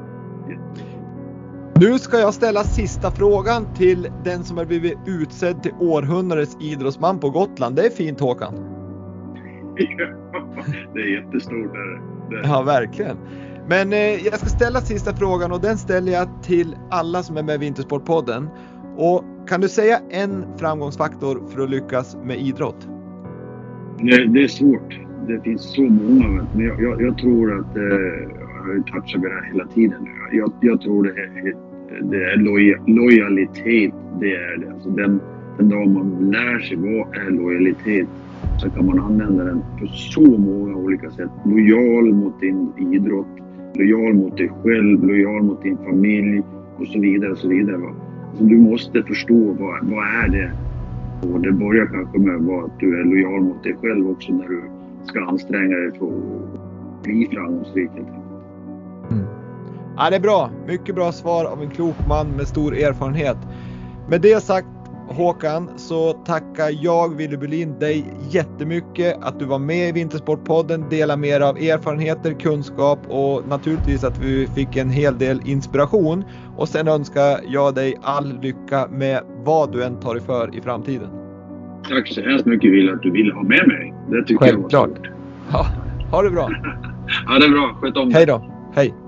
Nu ska jag ställa sista frågan till den som har blivit utsedd till århundradets idrottsman på Gotland. Det är fint, Håkan. Det är jättestort där. Det. Ja, verkligen. Men eh, jag ska ställa sista frågan, och den ställer jag till alla som är med i Vintersportpodden. Och kan du säga en framgångsfaktor för att lyckas med idrott? Det, det är svårt. Det finns så många. Men jag, jag, jag tror att eh, jag touchar med det hela tiden. Jag, jag tror det är, det är loja, lojalitet. Det är det. Alltså den, den dag man lär sig vad är lojalitet, så kan man använda den på så många olika sätt. Lojal mot din idrott, lojal mot dig själv, lojal mot din familj och så vidare. Och så vidare va? Alltså, du måste förstå vad, vad är det. Och det börjar kanske med att du är lojal mot dig själv också när du ska anstränga dig för att bli framgångsrik. Mm. Ja, det är bra. Mycket bra svar av en klok man med stor erfarenhet. Med det sagt, Håkan, så tackar jag, Ville Bylin, dig jättemycket att du var med i Vintersportpodden, dela mer av erfarenheter, kunskap och naturligtvis att vi fick en hel del inspiration. Och sen önskar jag dig all lycka med vad du än tar dig för i framtiden. Tack så hemskt mycket, Ville, att du ville ha med mig. Det tycker Självklart. Jag var stort. Ja, ha det bra. Ja, det är bra. Sköt om dig. Hej då. Hej.